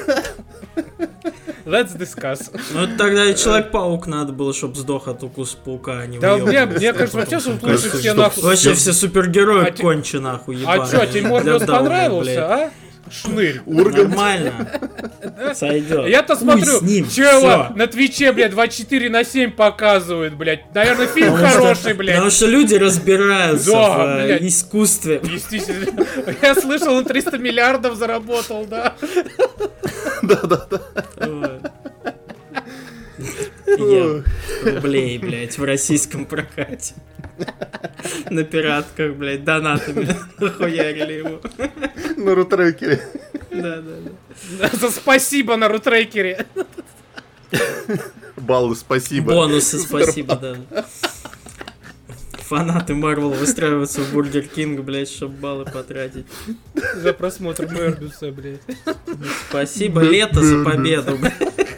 Let's discuss. Ну тогда и Человек-паук надо было, чтобы сдох от укуса паука, а не Да, уёбывался. бля, мне кажется, вообще, что лучше Кажется, все что- нахуй. Вообще все супергерои А те- конче нахуй, А ебаные. чё, тебе Морбиус Для Дауна, понравился, блядь. а? Шнырь. Нормально. Сойдет. Я-то Хуй смотрю, с ним, чё его всё. на Твиче, блядь, двадцать четыре на семь показывают, блядь. Наверное, фильм Потому что- хороший, блядь. Потому что люди разбираются Да, в э, блядь. искусстве. Естественно. Я слышал, он триста миллиардов заработал, да. Ой. Ем рублей, блядь, в российском прокате. На пиратках, блядь, донатами нахуярили его. На рутрекере. Да, да, да. За спасибо на рутрекере. Баллы спасибо. Бонусы, спасибо, да. Фанаты Марвел выстраиваются в Бургер Кинг, блядь, чтобы баллы потратить. За просмотр Морбиуса, блядь. Спасибо, Лето, за победу, блядь.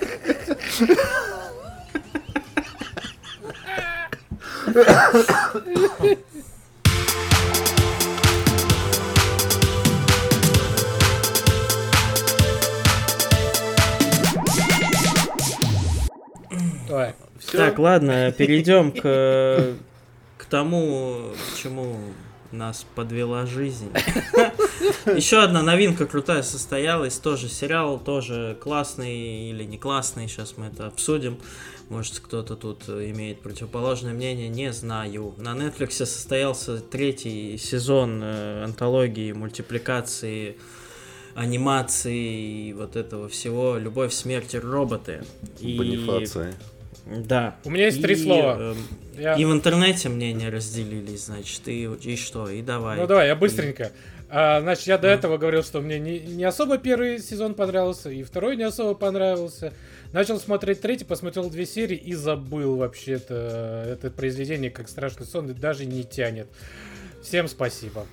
Давай. Всё. Так, ладно, перейдем к, к тому, к чему нас подвела жизнь. Еще одна новинка крутая состоялась, тоже сериал, тоже классный или не классный, сейчас мы это обсудим. Может, кто-то тут имеет противоположное мнение, не знаю. На Netflix состоялся третий сезон э, антологии, мультипликации, анимации и вот этого всего «Любовь, смерть и роботы». И... Бонифация. Да. У меня есть три И, слова. эм, Я- И в интернете мнения разделились, значит, и, и что, и давай. Ну давай, я быстренько. А, значит, я до этого говорил, что мне не, не особо первый сезон понравился, и второй не особо понравился. Начал смотреть третий, посмотрел две серии и забыл вообще-то это произведение как страшный сон, и даже не тянет. Всем спасибо.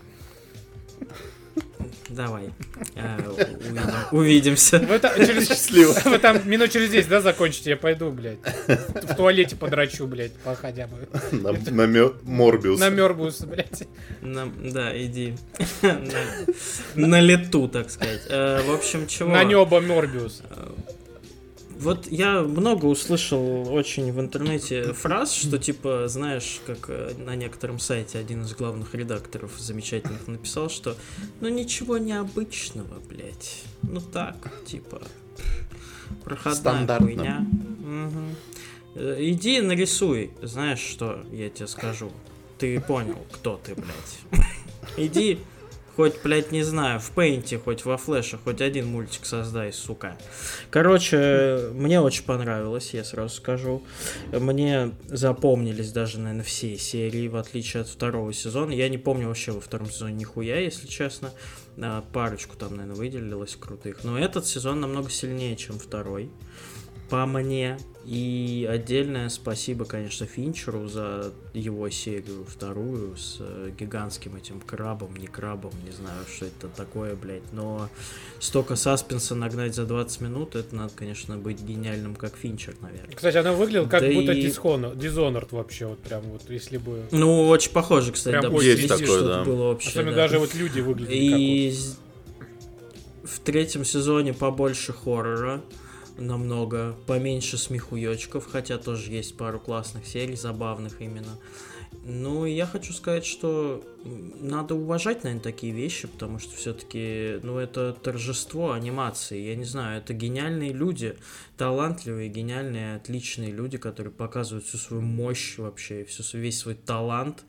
Давай. Э, увидим- увидимся. Вы, та- через, Счастливо. вы там минут через десять, да, закончите? Я пойду, блядь. В туалете подрачу, блядь, походя бы. На, на мё- Морбиус. На Мёрбиуса, блядь. На- да, иди. На, на лету, так сказать. Э, в общем, чего? На небо Мёрбиуса. Вот я много услышал очень в интернете фраз, что типа, знаешь, как э, на некотором сайте один из главных редакторов замечательных написал, что ну ничего необычного, блядь. Ну так, типа, проходная Стандартно. хуйня. Мгм. Э, Иди нарисуй, знаешь, что я тебе скажу. Ты понял, кто ты, блядь. Иди, хоть, блядь, не знаю, в Пейнте, хоть во Флэше, хоть один мультик создай, сука. Короче, мне очень понравилось, я сразу скажу. Мне запомнились даже, наверное, все серии, в отличие от второго сезона. Я не помню вообще во втором сезоне нихуя, если честно. А, Парочку там, наверное, выделилось крутых. Но этот сезон намного сильнее, чем второй. По мне. И отдельное спасибо, конечно, Финчеру за его серию вторую с э, гигантским этим крабом, не крабом, не знаю, что это такое, блядь. Но столько саспенса нагнать за двадцать минут, это надо, конечно, быть гениальным, как Финчер, наверное. Кстати, она выглядела как Да будто и- Dishonored, Dishonored вообще, вот прям вот, если бы... Ну, очень похоже, кстати, Прям да, очень есть такое, что-то да. было вообще. Особенно да. даже вот люди выглядят И с- в третьем сезоне побольше хоррора. намного поменьше смехуёчков, хотя тоже есть пару классных серий, забавных именно. Ну, я хочу сказать, что надо уважать, наверное, такие вещи, потому что все-таки, ну, это торжество анимации. Я не знаю, это гениальные люди, талантливые, гениальные, отличные люди, которые показывают всю свою мощь вообще, всю, весь свой талант.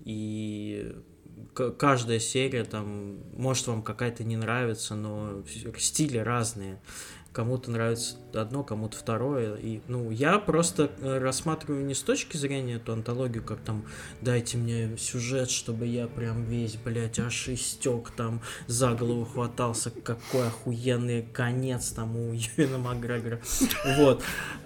И каждая серия, там, может вам какая-то не нравится, но стили разные. Кому-то нравится одно, кому-то второе. И, ну, я просто рассматриваю не с точки зрения эту антологию, как там, дайте мне сюжет, чтобы я прям весь, блядь, аж истек, там, за голову хватался, какой охуенный конец там у Юэна Макгрегора. Вот.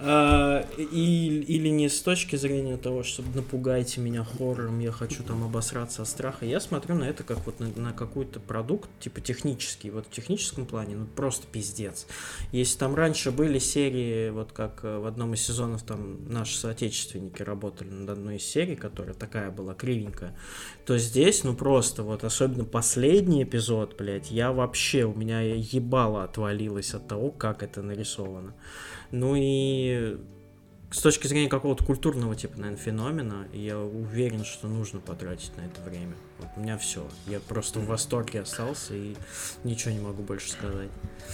И, или не с точки зрения того, чтобы напугайте меня хоррором, я хочу там обосраться от страха. Я смотрю на это как вот на, на какой-то продукт, типа технический. Вот в техническом плане, ну, просто пиздец. Если там раньше были серии, вот как в одном из сезонов там наши соотечественники работали над одной из серий, которая такая была кривенькая, то здесь, ну просто вот, особенно последний эпизод, блядь, я вообще, у меня ебало отвалилось от того, как это нарисовано. Ну и с точки зрения какого-то культурного типа, наверное, феномена, я уверен, что нужно потратить на это время. Вот у меня все. Я просто в восторге остался и ничего не могу больше сказать.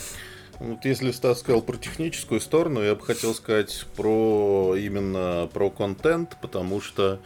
Вот если Стас сказал про техническую сторону, я бы хотел сказать про именно про контент, потому что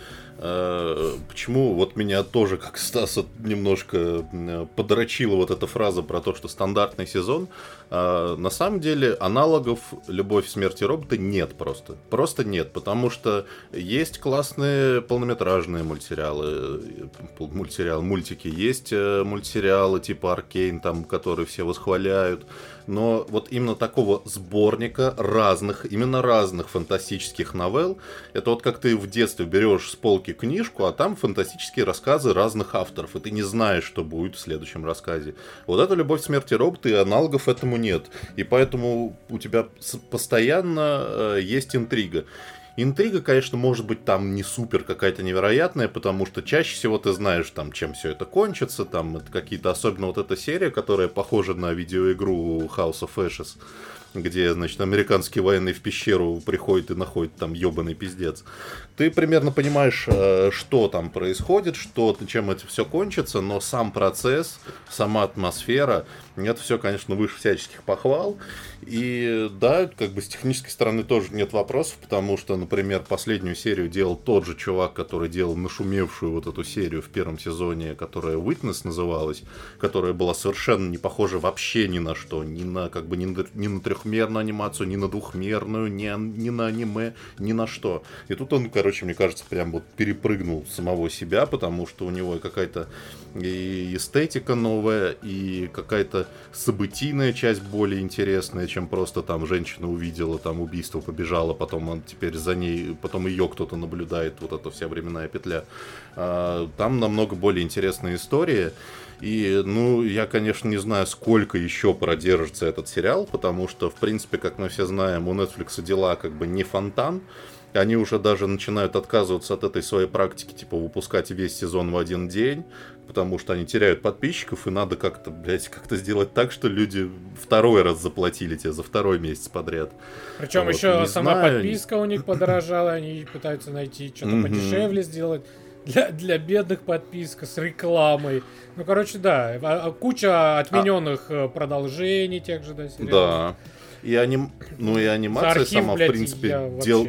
э, почему вот меня тоже, как Стаса, немножко подрочила вот эта фраза про то, что стандартный сезон. Э, на самом деле аналогов «Любовь, смерть и роботы» нет просто. Просто нет, потому что есть классные полнометражные мультсериалы, мультсериалы, мультики, есть мультсериалы типа «Аркейн», там, которые все восхваляют. Но вот именно такого сборника разных, именно разных фантастических новелл, это вот как ты в детстве берешь с полки книжку, а там фантастические рассказы разных авторов, и ты не знаешь, что будет в следующем рассказе. Вот это «Любовь, смерть и роботы», и аналогов этому нет. И поэтому у тебя постоянно э, есть интрига. Интрига, конечно, может быть там не супер какая-то невероятная, потому что чаще всего ты знаешь, там, чем все это кончится, там, это какие-то, особенно вот эта серия, которая похожа на видеоигру House of Ashes, где, значит, американский военный в пещеру приходит и находит там ебаный пиздец. Ты примерно понимаешь, что там происходит, что, чем это все кончится, но сам процесс, сама атмосфера, это все, конечно, выше всяческих похвал. И да, как бы с технической стороны тоже нет вопросов, потому что, например, последнюю серию делал тот же чувак, который делал нашумевшую вот эту серию в первом сезоне, которая Witness называлась, которая была совершенно не похожа вообще ни на что, ни на, как бы, ни на, ни на трехмерную анимацию, ни на двухмерную, ни, ни на аниме, ни на что. И тут он, короче, мне кажется, прям вот перепрыгнул самого себя, потому что у него какая-то и эстетика новая, и какая-то событийная часть более интересная, чем просто там женщина увидела там убийство, побежала, потом он теперь за ней, потом ее кто-то наблюдает, вот эта вся временная петля. А, там намного более интересная история. И, ну, я, конечно, не знаю, сколько еще продержится этот сериал, потому что, в принципе, как мы все знаем, у Netflix дела как бы не фонтан. Они уже даже начинают отказываться от этой своей практики, типа, выпускать весь сезон в один день, потому что они теряют подписчиков, и надо как-то, блядь, как-то сделать так, что люди второй раз заплатили тебе за второй месяц подряд. Причем вот, еще сама знаю. подписка у них подорожала, они пытаются найти что-то mm-hmm. подешевле сделать. Для, для бедных подписка с рекламой. Ну, короче, да, куча отмененных а... продолжений тех же, да, сериалов. Да. И аним... Ну и анимация архив, сама, блядь, в принципе, дел...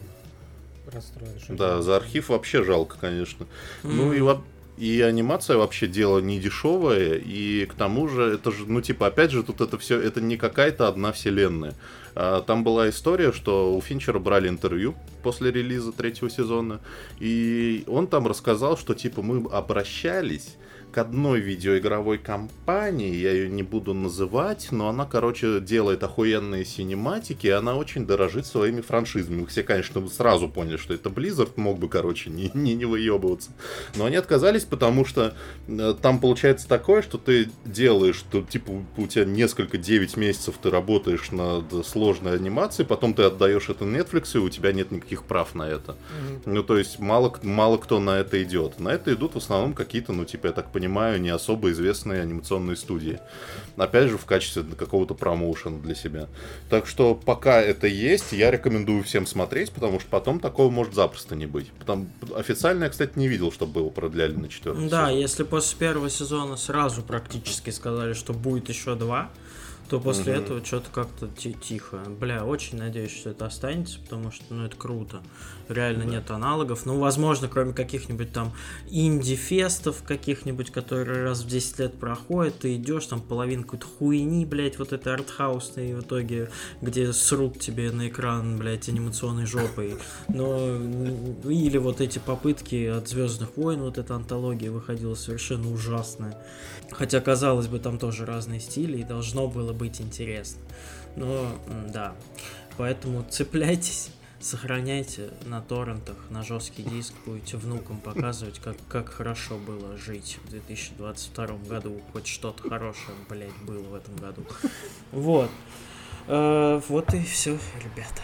Да, за архив вообще жалко, конечно. Mm-hmm. Ну и во... И анимация вообще дело не дешевое, и к тому же, это же, ну типа, опять же, тут это все, это не какая-то одна вселенная. А, там была история, что у Финчера брали интервью после релиза третьего сезона, и он там рассказал, что типа мы обращались к одной видеоигровой компании, я ее не буду называть, но она, короче, делает охуенные синематики, и она очень дорожит своими франшизами. Мы все, конечно, сразу поняли, что это Blizzard, мог бы, короче, не, не, не выебываться. Но они отказались, потому что э, там получается такое, что ты делаешь, что, типа, у тебя несколько, девять месяцев ты работаешь над сложной анимацией, потом ты отдаешь это Netflix, и у тебя нет никаких прав на это. Mm-hmm. Ну, то есть, мало, мало кто на это идет. На это идут в основном какие-то, ну, типа, я так понимаю, понимаю, не особо известные анимационные студии. Опять же, в качестве какого-то промоушена для себя. Так что, пока это есть, я рекомендую всем смотреть, потому что потом такого может запросто не быть. Потому, официально я, кстати, не видел, чтобы его продляли на четвертый Да, сезон. если после первого сезона сразу практически сказали, что будет еще два, то после угу. этого что-то как-то тихо. Бля, очень надеюсь, что это останется, потому что, ну, это круто. Реально да. Нет аналогов. Ну, возможно, кроме каких-нибудь там инди-фестов каких-нибудь, которые раз в десять лет проходят, ты идешь, там половинку хуйни, блядь, вот это артхаусной в итоге, где срут тебе на экран, блядь, анимационной жопой. Но или вот эти попытки от Звездных войн, вот эта антология выходила совершенно ужасная. Хотя, казалось бы, там тоже разные стили, и должно было быть интересно. Но, да. Поэтому цепляйтесь, сохраняйте на торрентах, на жесткий диск, будете внукам показывать, как, как хорошо было жить в две тысячи двадцать втором году. Хоть что-то хорошее, блядь, было в этом году. Вот. Э, вот и все, ребята.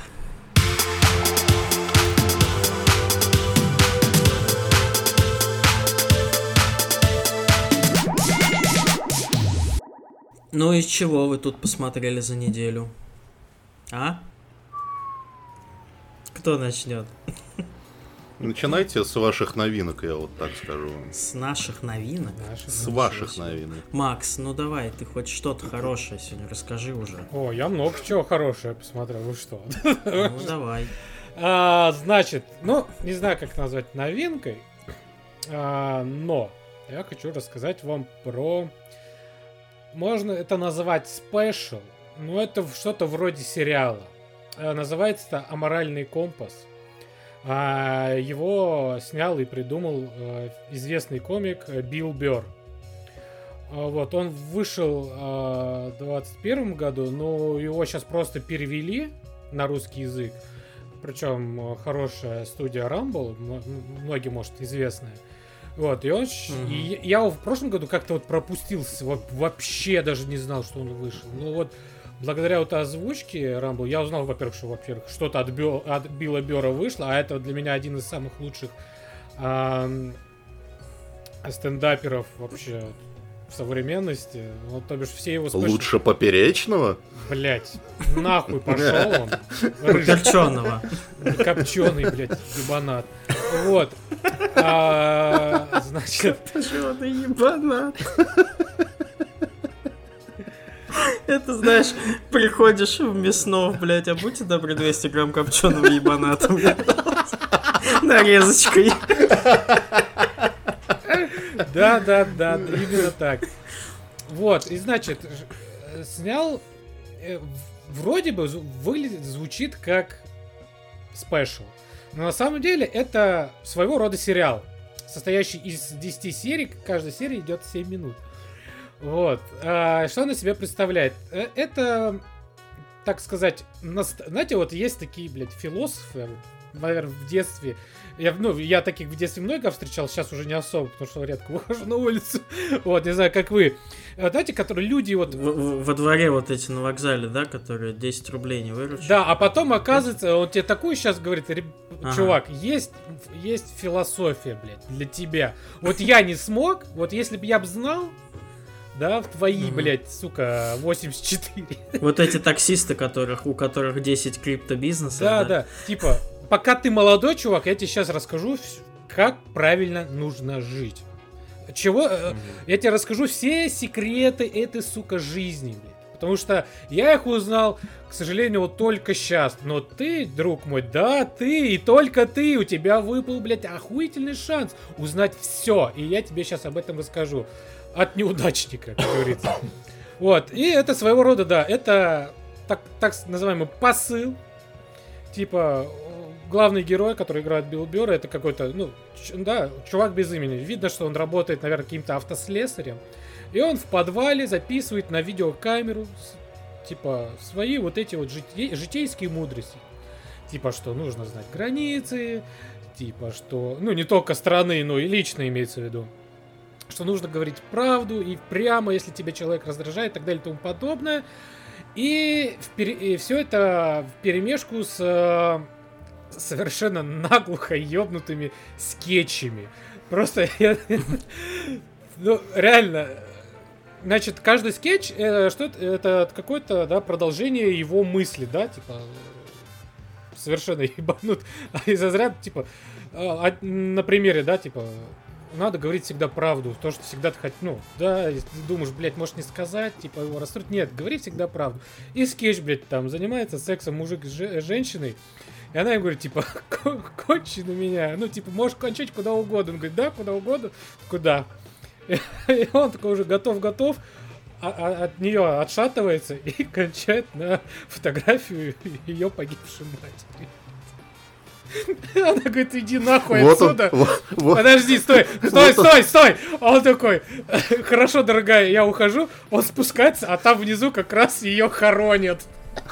Ну из чего вы тут посмотрели за неделю? А? Кто начнет? Начинайте с ваших новинок, я вот так скажу. С наших новинок? Наших с ваших новинок. Макс, ну давай, ты хоть что-то хорошее сегодня расскажи уже. О, я много чего хорошего посмотрел, вы что? Ну давай. А, значит, ну, не знаю, как назвать новинкой, а, но я хочу рассказать вам про... Можно это называть спешл, но это что-то вроде сериала. Называется это «Аморальный компас». Его снял и придумал известный комик Билл Берр. Вот, он вышел в двадцать первом году, но его сейчас просто перевели на русский язык. Причем хорошая студия Rumble, многим, может, известная. Вот, и он... Uh-huh. И я его в прошлом году как-то вот пропустил, вообще даже не знал, что он вышел. Ну вот, благодаря вот озвучке Rumble я узнал, во-первых, что, во-первых, что-то от, Бё, от Билла Берра вышло, а это для меня один из самых лучших эм, стендаперов вообще в современности. Вот, то бишь, все его спешл... Лучше Поперечного? Блять, нахуй пошел он. Копченого. Копченый, блять, ебанат. Вот. А, значит... Копченый ебанат. Это, знаешь, приходишь в Мяснов, блядь, а будьте добры, двести грамм копченого ебаната, блядь. Нарезочкой. Да, да, да, именно так. Вот, и значит, снял... Вроде бы выглядит, звучит как спешл. Но на самом деле это своего рода сериал, состоящий из десяти серий. Каждая серия идет семь минут. Вот. А, что она себя представляет? Это, так сказать, наст... знаете, вот есть такие, блядь, философы, наверное, в детстве. Я, ну, я таких в детстве много встречал, сейчас уже не особо, потому что редко выхожу на улицу. Вот, не знаю, как вы. Знаете, которые люди вот... В, во дворе вот эти на вокзале, да, которые десять рублей не выручат. Да, а потом оказывается, он тебе такую сейчас говорит, чувак, ага. есть, есть философия, блядь, для тебя. Вот я не смог, вот если бы я бы знал, да, в твои, угу. блядь, сука, восемьдесят четыре. Вот эти таксисты, которых, у которых десять криптобизнесов. Да, да, да, типа, пока ты молодой, чувак, я тебе сейчас расскажу, как правильно нужно жить. Чего? Mm-hmm. Я тебе расскажу все секреты этой, сука, жизни, блядь. Потому что я их узнал, к сожалению, вот только сейчас. Но ты, друг мой, да, ты, и только ты, у тебя выпал, блядь, охуительный шанс узнать все. И я тебе сейчас об этом расскажу. От неудачника, как говорится. Вот, и это своего рода, да, это так, так называемый посыл. Типа... Главный герой, который играет Билл Берр, это какой-то, ну, ч- да, чувак без имени. Видно, что он работает, наверное, каким-то автослесарем. И он в подвале записывает на видеокамеру, с, типа, свои вот эти вот жите- житейские мудрости. Типа, что нужно знать границы, типа, что, ну, не только страны, но и лично имеется в виду. Что нужно говорить правду и прямо, если тебя человек раздражает и так далее и тому подобное. И, впер- и все это вперемешку с... совершенно наглухо ёбнутыми скетчами. Просто я... Ну, реально. Значит, каждый скетч, э, что это, это какое-то, да, продолжение его мысли, да, типа, совершенно ебанут. А из-за разряда, типа, э, на примере, да, типа, надо говорить всегда правду, то, что всегда ты хоть, ну, да, если ты думаешь, блядь, можешь не сказать, типа, его расстроить, нет, говори всегда правду. И скетч, блядь, там, занимается сексом мужик с же- женщиной, и она ему говорит, типа, кончи на меня, ну, типа, можешь кончать куда угодно. Он говорит, да, куда угодно, куда? И он такой уже готов-готов, а, а от нее отшатывается и кончает на фотографию ее погибшей матери. Она говорит, иди нахуй Вот отсюда. он, вот, вот. Подожди, стой, стой, Вот стой, стой. А он такой, хорошо, дорогая, я ухожу. Он спускается, а там внизу как раз ее хоронят.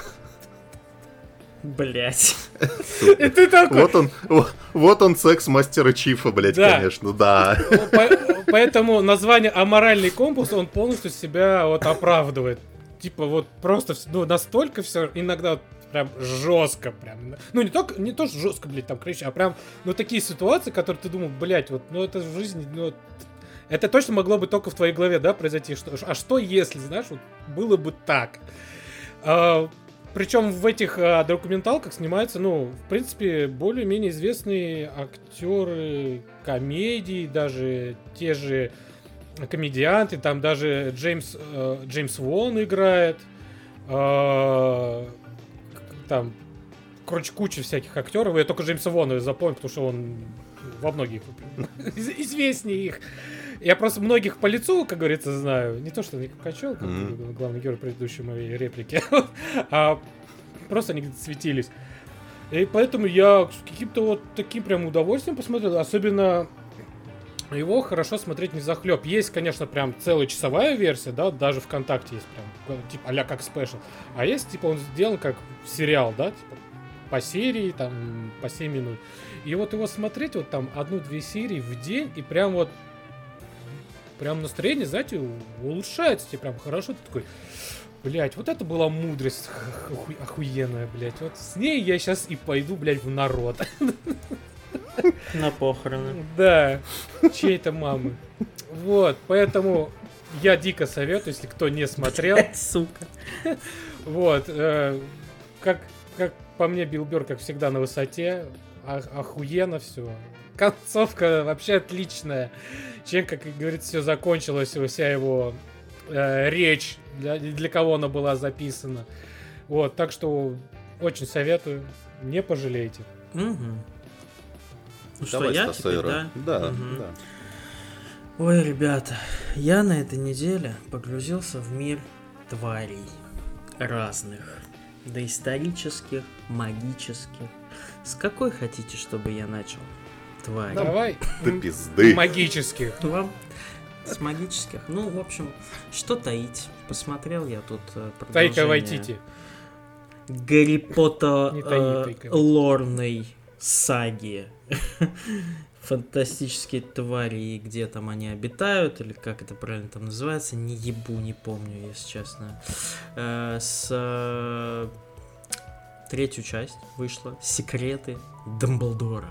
Блять. И ты такой... Вот он, вот, вот он секс мастера Чифа, блядь, Да. конечно, да. По- Поэтому название «Аморальный компас» он полностью себя вот оправдывает. Типа вот просто вс- ну, настолько все иногда вот прям жестко прям. Ну не только, не то что жестко, блядь, там кричать, а прям, ну такие ситуации, которые ты думал, блядь, вот, ну это в жизни, ну вот, это точно могло бы только в твоей голове, да, произойти. Что, а что если, знаешь, вот было бы так? А, причем в этих а, документалках снимаются, ну, в принципе, более-менее известные актеры комедий, даже те же комедианты, там даже Джеймс, э, Джеймс Вон играет, э, там, короче, куча всяких актеров. Я только Джеймса Вона запомнил, потому что он во многих известнее их. Я просто многих по лицу, как говорится, знаю. Не то, что Ник Качел, как Мгм. главный герой предыдущей моей реплики, а просто они где-то светились. И поэтому я с каким-то вот таким прям удовольствием посмотрел. Особенно его хорошо смотреть не захлеб. Есть, конечно, прям целая часовая версия, да, даже ВКонтакте есть прям, типа, а-ля как спешл. А есть, типа, он сделан как сериал, да, типа, по серии, там, по семь минут. И вот его смотреть, вот там, одну-две серии в день, и прям вот, прям настроение, знаете, улучшается тебе прям хорошо. Ты такой, блять, вот это была мудрость оху- охуенная, блять. Вот с ней я сейчас и пойду, блять, в народ. На похороны. Да, чьей-то мамы. Вот, поэтому я дико советую, если кто не смотрел. Блять, сука. Вот, э, как, как по мне, Билл Бёрр, как всегда, на высоте. Ох- охуенно все. Концовка вообще отличная. Чем, как говорится, все закончилось, вся его э, речь, для, для кого она была записана. Вот, так что очень советую, не пожалейте. Мгм. Ну что, Давай, я Стасейра. теперь, да? Да, Мгм. да. Ой, ребята, я на этой неделе погрузился в мир тварей разных. Доисторических, магических. С какой хотите, чтобы я начал? Тварь. Давай, До м, пизды. магических. Вам? С магических? Ну, в общем, что таить? Посмотрел я тут э, Тайка продолжение Вайтити. Гарри Поттер Не таи, э, Тайка Вайтити. лорной саги. Фантастические твари, и где там они обитают, или как это правильно там называется, не ебу, не помню, если честно. Э, С э, третью часть вышла «Секреты Дамблдора».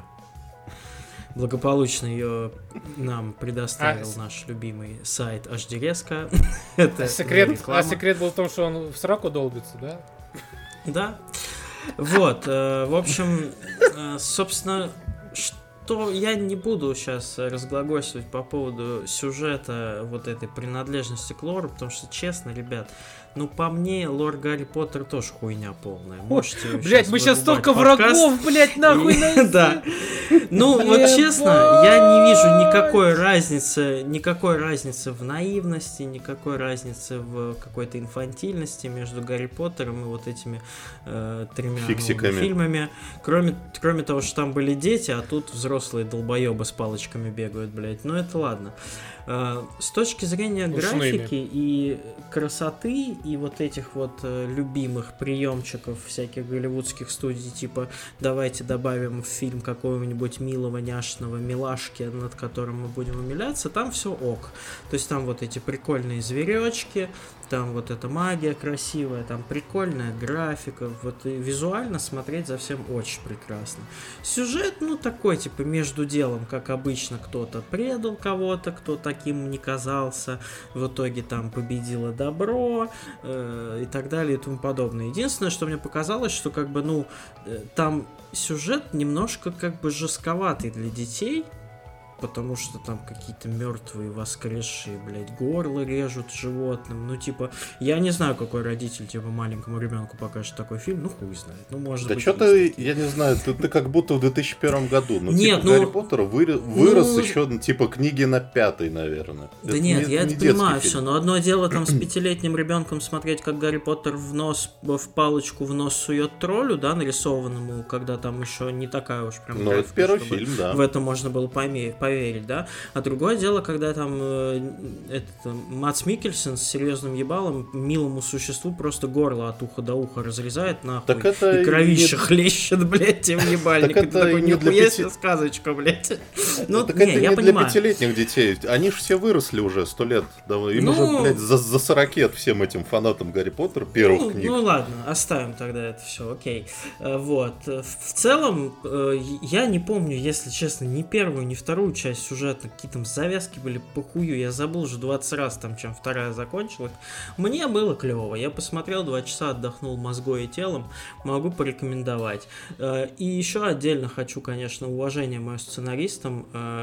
Благополучно ее нам предоставил А, с- наш любимый сайт эйч ди Резко. Это А секрет, реклама. а секрет был в том, что он в сраку долбится, да? Да. Вот, э, в общем, э, собственно, что я не буду сейчас разглагольствовать по поводу сюжета вот этой принадлежности к лору, потому что, честно, ребят, ну, по мне, лор Гарри Поттер тоже хуйня полная. Можете Блять, мы сейчас вырубать столько подкаст. врагов, блять, нахуй И- на... Да. Ну, вот Ебать! честно, я не вижу никакой разницы, никакой разницы в наивности, никакой разницы в какой-то инфантильности между Гарри Поттером и вот этими э, тремя Фиксиками. новыми фильмами. Кроме, кроме того, что там были дети, а тут взрослые долбоебы с палочками бегают, блядь. Ну, это ладно. Э, с точки зрения Ушными. графики и красоты, и вот этих вот э, любимых приемчиков всяких голливудских студий, типа давайте добавим в фильм какого-нибудь милого, няшного милашки, над которым мы будем умиляться, там все ок. То есть там вот эти прикольные зверечки, там вот эта магия красивая, там прикольная графика, вот и визуально смотреть за всем очень прекрасно. Сюжет, ну, такой, типа, между делом, как обычно, кто-то предал кого-то, кто таким не казался, в итоге там победило добро э, и так далее и тому подобное. Единственное, что мне показалось, что как бы, ну, э, там сюжет немножко как бы жестковатый для детей, потому что там какие-то мертвые воскресшие, блядь, горло режут животным. Ну, типа, я не знаю, какой родитель, типа, маленькому ребенку покажет такой фильм. Ну, хуй знает. Ну, может да быть... Да что ты, я не знаю, ты, ты как будто в две тысячи первом году. Ну, нет, типа, ну... Гарри Поттер вырос, вырос ну... еще, типа, книги на пятой, наверное. Да это нет, не, я не это понимаю фильм. все, но одно дело там с пятилетним ребенком смотреть, как Гарри Поттер в нос, в палочку в нос сует троллю, да, нарисованному, когда там еще не такая уж прям... Ну, это первый фильм, да. В это можно было поверить, да. А другое дело, когда там э, этот, Мадс Миккельсен с серьезным ебалом милому существу просто горло от уха до уха разрезает, нахуй. Так это и кровище не... хлещет, блядь, тем ебальник. Так это такой, не для нихуя пяти... себе сказочка, блядь. Ну, так не, это я не понимаю. для пятилетних детей. Они же все выросли уже сто лет. Им ну... уже, блядь, за, за сорокет всем этим фанатам Гарри Поттера первых ну, книг. Ну ладно, оставим тогда это все, окей. Вот. В целом, я не помню, если честно, ни первую, ни вторую часть сюжета, какие там завязки были по хую, я забыл уже двадцать раз, там, чем вторая закончилась. Мне было клево, я посмотрел два часа, отдохнул мозгой и телом, могу порекомендовать. И еще отдельно хочу, конечно, уважение моим сценаристам.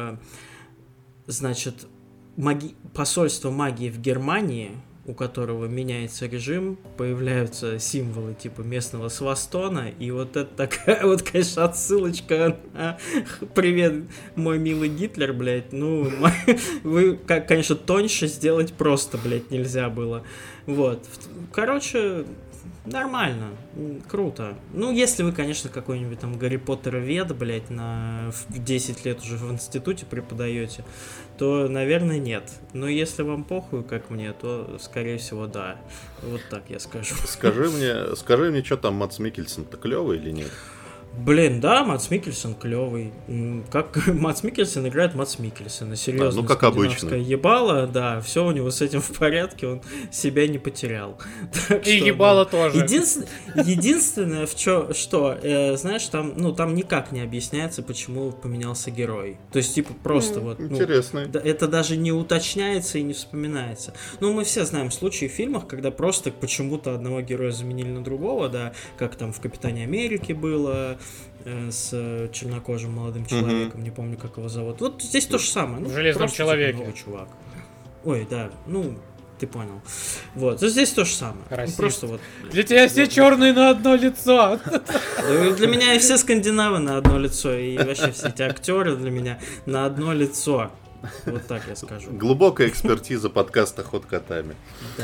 Значит, маги... посольство магии в Германии, у которого меняется режим, появляются символы типа местного свастона, и вот это такая вот, конечно, отсылочка на «Привет, мой милый Гитлер», блядь, ну, вы, как, конечно, тоньше сделать просто, блядь, нельзя было. Вот, короче, нормально, круто. Ну, если вы, конечно, какой-нибудь там Гарри Поттеровед, блядь, на в десять лет уже в институте преподаете, то, наверное, нет. Но если вам похуй, как мне, то, скорее всего, да. Вот так я скажу. Скажи мне, скажи мне, что там Мадс Миккельсен-то клевый или нет? Блин, да, Мадс Миккельсен клевый. Как Мадс Миккельсен играет Мадс Миккельсена. Серьезно, а, ну, как обычно. Ебало, да, все у него с этим в порядке, он себя не потерял. Так и что, ебало да. тоже. Единственное, единственное в чё, что, э, знаешь, там, ну, там никак не объясняется, почему поменялся герой. То есть, типа, просто mm, вот... Интересно. Ну, это даже не уточняется и не вспоминается. Ну, мы все знаем случаи в фильмах, когда просто почему-то одного героя заменили на другого, да, как там в «Капитане Америки» было... с чернокожим молодым человеком, mm-hmm. не помню, как его зовут. Вот здесь то же самое. Ну, в «Железном человеке». Новый чувак. Ой, да, ну, ты понял. Вот, ну, здесь то же самое. Ну, просто вот. Для тебя все вот, черные на одно лицо. Для меня и все скандинавы на одно лицо, и вообще все эти актеры для меня на одно лицо. Вот так я скажу. Глубокая экспертиза подкаста «Ход котами».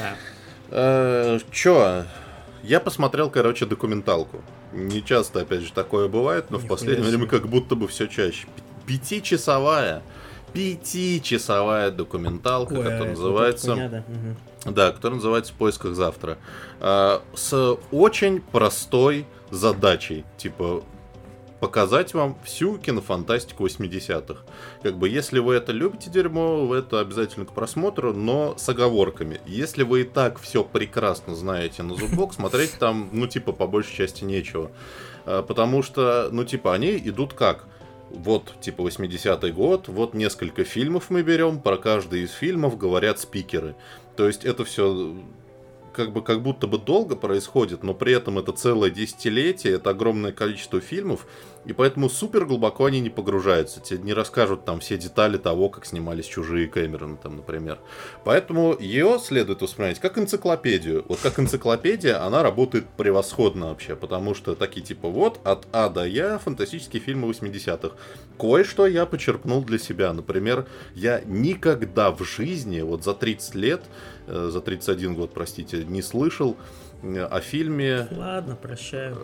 Да. Чё? Я посмотрел, короче, документалку. Не часто, опять же, такое бывает, но в последнее время как будто бы все чаще. Пятичасовая, пятичасовая документалка, Ой, которая называется... Хуйня, да. Угу. Да, которая называется «В поисках завтра». А, с очень простой задачей, типа... показать вам всю кинофантастику восьмидесятых. Как бы, если вы это любите дерьмо, вы это обязательно к просмотру, но с оговорками. Если вы и так все прекрасно знаете на зубок, смотреть там, ну, типа, по большей части нечего. Потому что, ну, типа, они идут как? Вот, типа, восьмидесятый год, вот несколько фильмов мы берем, про каждый из фильмов говорят спикеры. То есть это все... как бы как будто бы долго происходит, но при этом это целое десятилетие, это огромное количество фильмов, и поэтому супер глубоко они не погружаются. Тебе не расскажут там все детали того, как снимались «Чужие» Кэмерона, там, например. Поэтому ее следует воспринимать как энциклопедию. Вот как энциклопедия она работает превосходно вообще, потому что такие типа вот от А до Я фантастические фильмы восьмидесятых. Кое-что я почерпнул для себя. Например, я никогда в жизни, вот за тридцать лет, за тридцать один год, простите, не слышал о фильме... Ладно, прощаю.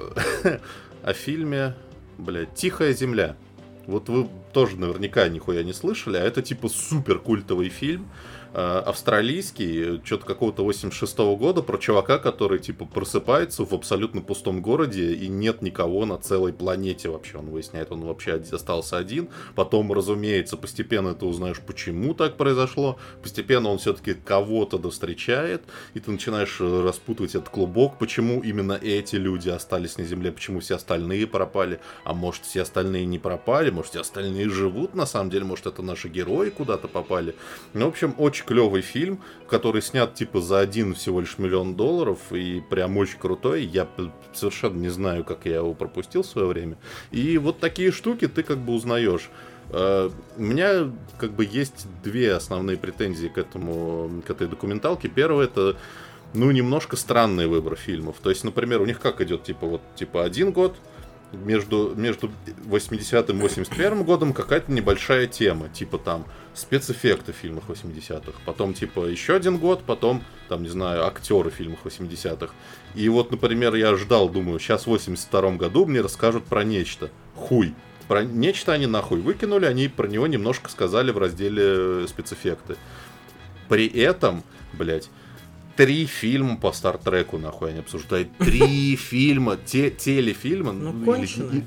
О фильме, блядь, «Тихая земля». Вот вы тоже наверняка нихуя не слышали, а это типа супер культовый фильм. э, австралийский, что-то какого-то восемьдесят шестого года, про чувака, который, типа, просыпается в абсолютно пустом городе, и нет никого на целой планете вообще. Он выясняет, он вообще остался один. Потом, разумеется, постепенно ты узнаешь, почему так произошло. Постепенно он все-таки кого-то довстречает, и ты начинаешь распутывать этот клубок, почему именно эти люди остались на Земле, почему все остальные пропали, а может все остальные не пропали, может все остальные живут на самом деле, может это наши герои куда-то попали. Ну, в общем, очень клевый фильм, который снят типа за один всего лишь миллион долларов, и прям очень крутой. Я совершенно не знаю, как я его пропустил в свое время. И вот такие штуки ты как бы узнаешь. Uh, у меня как бы есть две основные претензии к этому, к этой документалке. Первое — это, ну, немножко странный выбор фильмов. То есть, например, у них как идет, типа, вот, типа, один год, между, между восьмидесятым и восемьдесят первым годом какая-то небольшая тема, типа, там, спецэффекты в фильмах восьмидесятых. Потом, типа, еще один год, потом, там, не знаю, актеры в фильмах восьмидесятых. И вот, например, я ждал, думаю, сейчас в восемьдесят втором году мне расскажут про нечто. Хуй. Про нечто они нахуй выкинули, они про него немножко сказали в разделе спецэффекты. При этом, блять, три фильма по Стартреку нахуй они обсуждают. Три фильма, те, телефильма. Ну, конченые.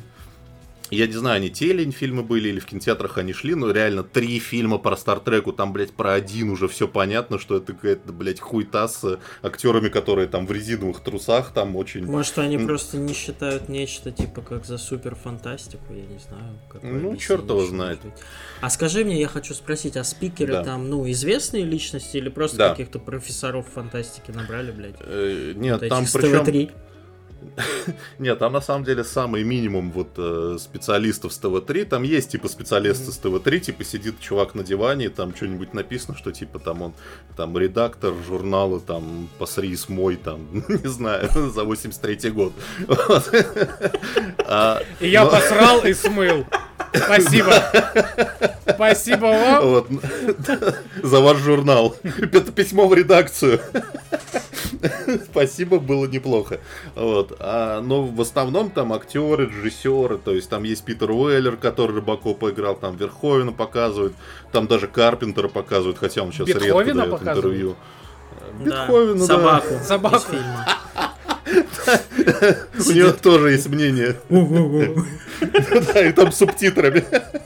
Я не знаю, они телефильмы были или в кинотеатрах они шли, но реально три фильма про Стартреку, там, блядь, про один уже все понятно, что это какая-то, блядь, хуйта с актерами, которые там в резиновых трусах, там очень... Может, они просто не считают нечто, типа, как за суперфантастику, я не знаю. Ну, черт его знает. А скажи мне, я хочу спросить, а спикеры да. там, ну, известные личности или просто да. каких-то профессоров фантастики набрали, блядь? Э, нет, вот там причем... Нет, там на самом деле самый минимум вот э, специалистов с ТВ три. Там есть типа специалисты mm-hmm. с ТВ три, типа сидит чувак на диване, там что-нибудь написано, что типа там он там редактор журнала там «Посрис мой», там, не знаю, за восемьдесят третий год. И я посрал и смыл. Спасибо. Спасибо вам. Вот. За ваш журнал. Это письмо в редакцию. Спасибо, было неплохо. Вот. А, но в основном там актеры, режиссеры, то есть там есть Питер Уэллер, который Робокопа играл, там Верховена показывают, там даже Карпентера показывают, хотя он сейчас редко дает интервью. Бетховена, да. Собаку. Собаку. У него тоже есть мнение. Да, и там с субтитрами.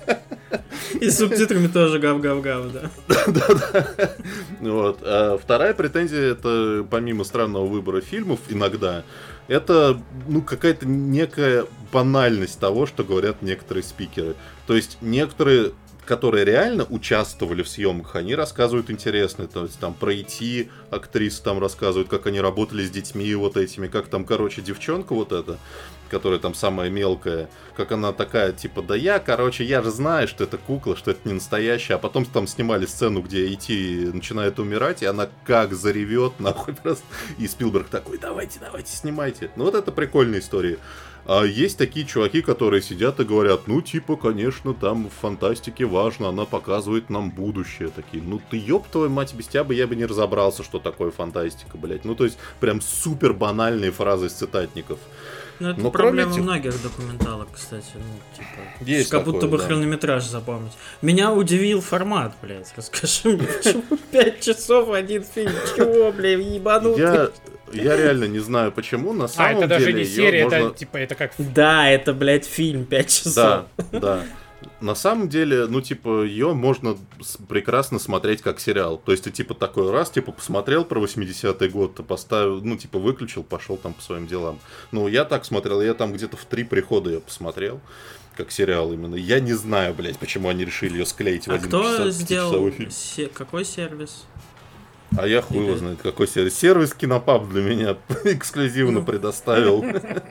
И с субтитрами тоже гав-гав-гав, да. Да-да. Вот. А вторая претензия, это помимо странного выбора фильмов иногда, это, ну, какая-то некая банальность того, что говорят некоторые спикеры. То есть некоторые, которые реально участвовали в съемках, они рассказывают интересно. То есть там про ИТ актрисы там рассказывают, как они работали с детьми вот этими, как там, короче, девчонка вот эта, которая там самая мелкая, как она такая, типа, да я, короче, я же знаю, что это кукла, что это не настоящая, а потом там снимали сцену, где ИТ начинает умирать, и она как заревет, нахуй просто, и Спилберг такой, давайте, давайте, снимайте. Ну вот это прикольная история. А есть такие чуваки, которые сидят и говорят, ну, типа, конечно, там в фантастике важно, она показывает нам будущее. Такие, ну, ты ёб твою мать, без тебя бы я бы не разобрался, что такое фантастика, блядь. Ну, то есть, прям супер банальные фразы из цитатников. Ну, это Но проблема этих... многих документалок, кстати. Ну, типа, есть как такое, будто бы да. хронометраж запомнить. Меня удивил формат, блядь. Расскажи мне, почему пять часов один фильм? Чего, блядь, ебанутый? Я... Я реально не знаю почему, на самом деле... А, это деле, даже не серия, можно... это типа, это как... Да, это, блядь, фильм пять часов. Да, да. На самом деле, ну, типа, ее можно прекрасно смотреть как сериал. То есть, ты, типа, такой раз, типа, посмотрел про восьмидесятый год, ты поставил, ну, типа, выключил, пошел там по своим делам. Ну, я так смотрел, я там где-то в три прихода ее посмотрел. Как сериал именно. Я не знаю, блядь, почему они решили ее склеить в а один кто сделал фильм. Се- какой сервис? А я хуй его знает, какой сервис. Сервис Кинопаб для меня эксклюзивно предоставил.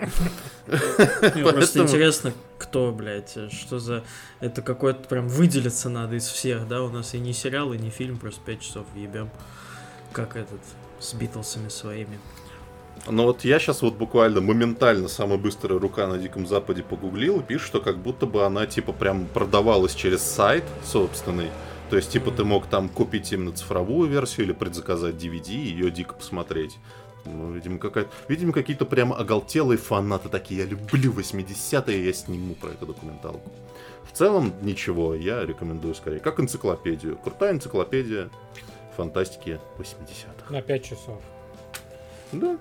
Мне просто интересно, кто, блядь, что за... Это какой-то прям выделиться надо из всех, да? У нас и не сериал, и не фильм, просто пять часов ебем. Как этот, с Битлсами своими. Ну вот я сейчас вот буквально моментально самая быстрая рука на Диком Западе погуглил и пишет, что как будто бы она типа прям продавалась через сайт собственный. То есть, типа, ты мог там купить именно цифровую версию или предзаказать ди ви ди и ее дико посмотреть. Ну, видимо, какая-то... видимо, какие-то прям оголтелые фанаты такие. Я люблю восьмидесятые, я сниму про эту документалку. В целом, ничего, я рекомендую скорее. Как энциклопедию. Крутая энциклопедия. фантастики восьмидесятых. На пять часов. Да.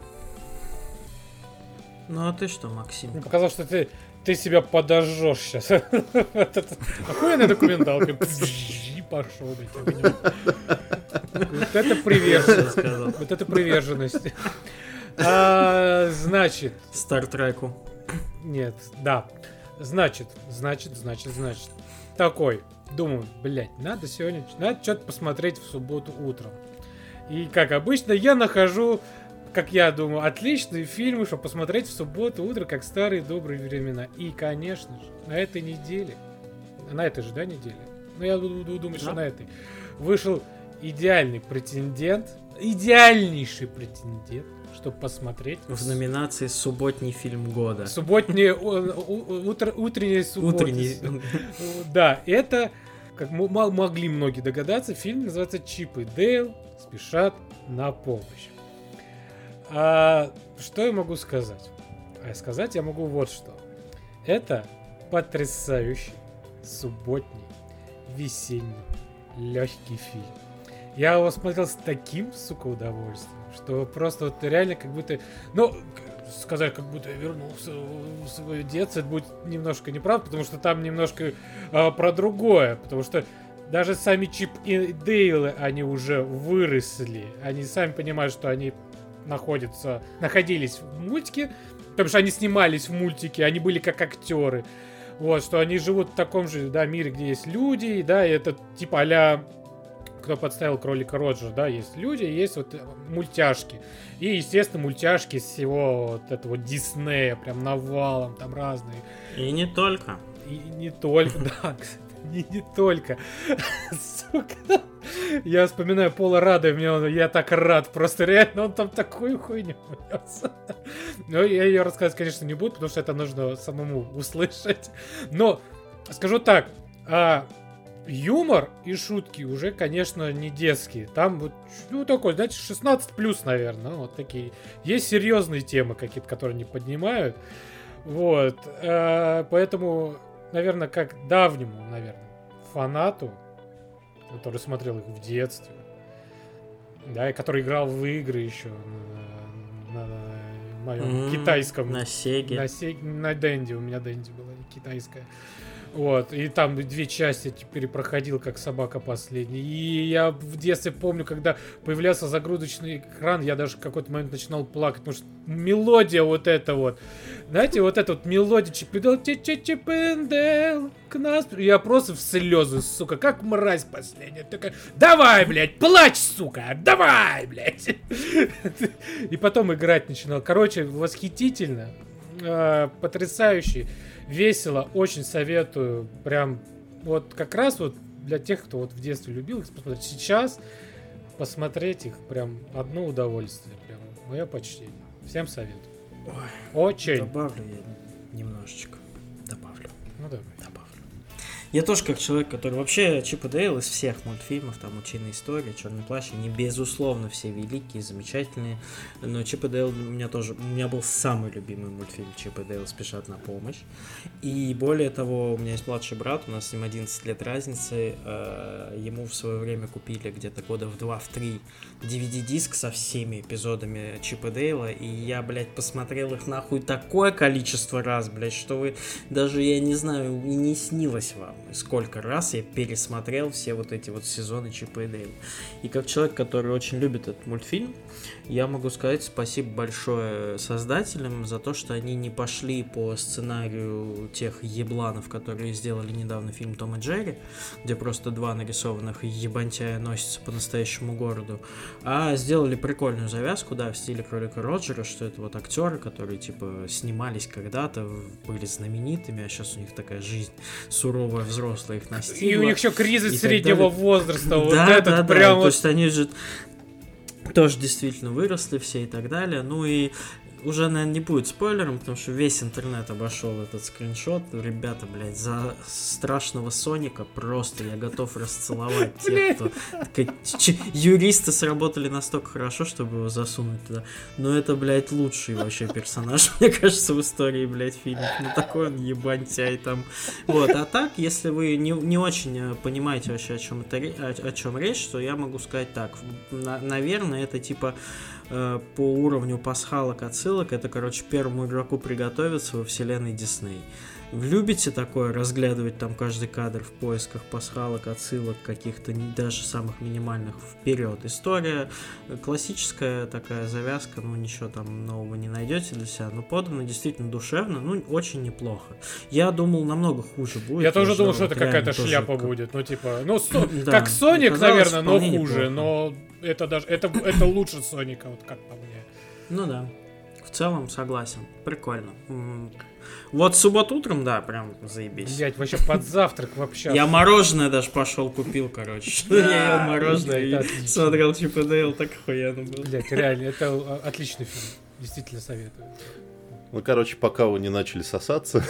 Ну а ты что, Максим? Мне показалось, что ты, ты себя подожжешь сейчас. Охуенная документалка. И пошел, блядь, вот это приверженность. Вот это приверженность. Значит. Стартреку. Нет, да. Значит, значит, значит, значит. Такой. Думаю, блядь, надо сегодня, надо что-то посмотреть в субботу утром. И, как обычно, я нахожу, как я думаю, отличные фильмы, чтобы посмотреть в субботу утром, как старые добрые времена. И, конечно же, на этой неделе, на этой же, да, неделе? Ну, я буду думать, да? Что на этой. Вышел идеальный претендент, идеальнейший претендент, чтобы посмотреть. В номинации «Субботний фильм года». Субботний, утр, утренний суббота. Утренний. Да, это, как могли многие догадаться, фильм называется «Чип и Дейл спешат на помощь». А что я могу сказать? А сказать я могу вот что. Это потрясающий субботний, весенний, легкий фильм. Я его смотрел с таким, сука, удовольствием, что просто вот реально как будто... Ну, сказать, как будто я вернулся в свое детство, это будет немножко неправда, потому что там немножко а, про другое. Потому что даже сами Чип и Дейлы, они уже выросли. Они сами понимают, что они находятся, находились в мультике, потому что они снимались в мультике, они были как актеры. Вот, что они живут в таком же, да, мире, где есть люди, да, и это типа а-ля «Кто подставил кролика Роджера», да, есть люди, есть вот мультяшки. И, естественно, мультяшки из всего вот этого Диснея, прям навалом, там разные. И не только. И не только, да, не, не только. Сука. Я вспоминаю Пола Рада, мне он, я так рад, просто реально он там такую хуйню внес. Но я ее рассказывать, конечно, не буду, потому что это нужно самому услышать. Но скажу так, а, юмор и шутки уже, конечно, не детские. Там вот, ну, такой, знаете, шестнадцать плюс, наверное. Вот такие. Есть серьезные темы какие-то, которые не поднимают. Вот. А, поэтому, наверное, как давнему, наверное, фанату, который смотрел их в детстве, да, и который играл в игры еще на, на, на моем mm, китайском... На Сеге. На, Сеге, на Денди, у меня Денди была китайская. Вот, и там две части теперь проходил как собака последний. И я в детстве помню, когда появлялся загрузочный экран, я даже в какой-то момент начинал плакать, потому что мелодия вот эта вот, знаете, вот эта вот мелодия Чипидел, Чипендел, к нас, я просто в слезы, сука, как мразь последняя, такая, давай, блядь, плачь, сука, давай, блядь. И потом играть начинал. Короче, восхитительно, потрясающе. Весело, очень советую. Прям вот как раз вот для тех, кто вот в детстве любил их посмотреть. Сейчас посмотреть их прям одно удовольствие. Прям мое почтение. Всем советую. Ой, очень. Добавлю я немножечко. Добавлю. Ну давай. Добавлю. Я тоже как человек, который вообще Чип и Дейл из всех мультфильмов, там «Утиная история», «Черный плащ», они безусловно все великие, замечательные, но Чип и Дейл у меня тоже, у меня был самый любимый мультфильм «Чип и Дейл спешат на помощь», и более того, у меня есть младший брат, у нас с ним одиннадцать лет разницы, э, ему в свое время купили где-то года в два-три ди ви ди-диск со всеми эпизодами Чип и Дейла, и я, блядь, посмотрел их нахуй такое количество раз, блядь, что вы, даже, я не знаю, и не снилось вам. Сколько раз я пересмотрел все вот эти вот сезоны Чипа и Дейла. И как человек, который очень любит этот мультфильм, я могу сказать спасибо большое создателям за то, что они не пошли по сценарию тех ебланов, которые сделали недавно фильм «Том и Джерри», где просто два нарисованных ебантяя носятся по настоящему городу, а сделали прикольную завязку, да, в стиле Кролика Роджера, что это вот актеры, которые типа снимались когда-то, были знаменитыми, а сейчас у них такая жизнь суровая, взрослая их настигла. И у них еще кризис среднего возраста. Да, вот да, этот да, прям то вот... есть они же тоже действительно выросли все и так далее. Ну и уже, наверное, не будет спойлером, потому что весь интернет обошел этот скриншот. Ребята, блядь, за страшного Соника просто я готов расцеловать тех, кто... Юристы сработали настолько хорошо, чтобы его засунуть туда. Но это, блядь, лучший вообще персонаж, мне кажется, в истории, блядь, фильмов. Ну, такой он ебантяй там. Вот, а так, если вы не, не очень понимаете вообще, о чем, это, о, о чем речь, то я могу сказать так. На, наверное, это типа э, по уровню пасхалок, отсылок, это, короче, первому игроку приготовиться во вселенной Дисней. Любите такое, разглядывать там каждый кадр в поисках пасхалок, отсылок каких-то, даже самых минимальных, вперед. История классическая такая завязка, ну ничего там нового не найдете для себя, но подано действительно душевно, ну очень неплохо. Я думал, намного хуже будет. Я тоже думал, что это какая-то шляпа тоже... будет, ну типа, ну со... да, как Соник, наверное, но хуже, неплохо. Но это даже, это, это лучше Соника, вот как по мне. Ну да, в целом согласен, прикольно. Вот в субботу утром, да, прям заебись. Блять, вообще под завтрак вообще. Я мороженое даже пошел купил, короче. Я ел мороженое и смотрел Чип и Дейл, так охуенно было. Блять, реально, это отличный фильм. Действительно советую. Ну, короче, пока вы не начали сосаться.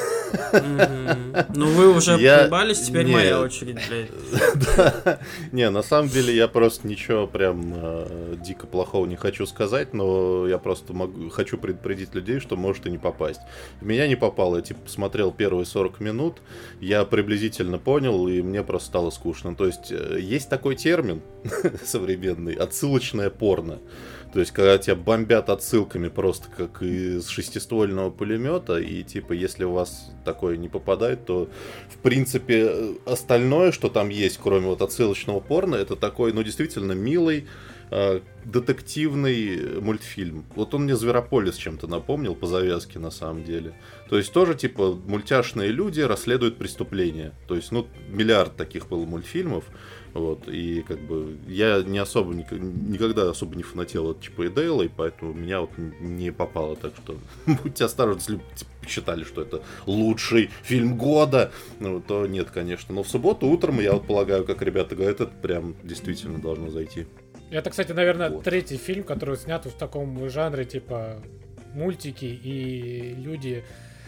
Ну, вы уже поебались, теперь моя очередь, блядь. Не, на самом деле я просто ничего прям дико плохого не хочу сказать, но я просто хочу предупредить людей, что может и не попасть. В меня не попало, я типа посмотрел первые сорок минут, я приблизительно понял, и мне просто стало скучно. То есть есть такой термин современный — отсылочное порно. То есть, когда тебя бомбят отсылками просто как из шестиствольного пулемета, и типа, если у вас такое не попадает, то, в принципе, остальное, что там есть, кроме вот отсылочного порно, это такой, ну, действительно милый, э, детективный мультфильм. Вот он мне Зверополис чем-то напомнил по завязке, на самом деле. То есть, тоже, типа, мультяшные люди расследуют преступления. То есть, ну, миллиард таких было мультфильмов. Вот, и как бы я не особо, никогда особо не фанател от Чипа и Дейла, и поэтому меня вот не попало, так что будьте осторожны, если считали, что это лучший фильм года, ну, то нет, конечно. Но в субботу утром, я вот полагаю, как ребята говорят, это прям действительно должно зайти. Это, кстати, наверное, вот. Третий фильм, который снят в таком жанре, типа мультики и люди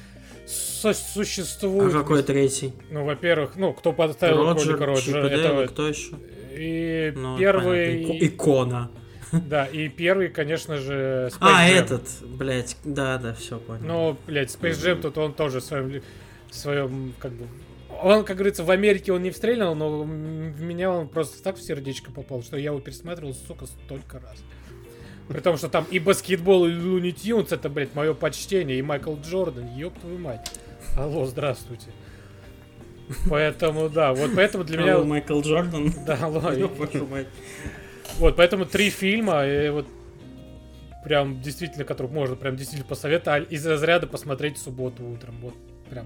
существуют. А какой третий? Ну, во-первых, ну, кто подставил Роджер, кролика Роджера, этого... кто еще? И ну, первый... Понятно. Икона. Да, и первый, конечно же, Space А, Jam. этот, блядь, да-да, все понял. Ну, блядь, Space Jam, тут он тоже в своем, в своем, как бы... Он, как говорится, в Америке он не встрелял, но в меня он просто так в сердечко попал, что я его пересматривал, сука, столько раз. При том, что там и баскетбол, и Луни Тюнс, это, блядь, мое почтение, и Майкл Джордан, ёб твою мать. Алло, здравствуйте. Поэтому, да, вот поэтому для меня... Алло, Майкл Джордан. Да, алло. Ёб твою мать. Вот, поэтому три фильма, и вот прям действительно, которых можно прям действительно посоветовать из разряда посмотреть в субботу утром. Вот, прям...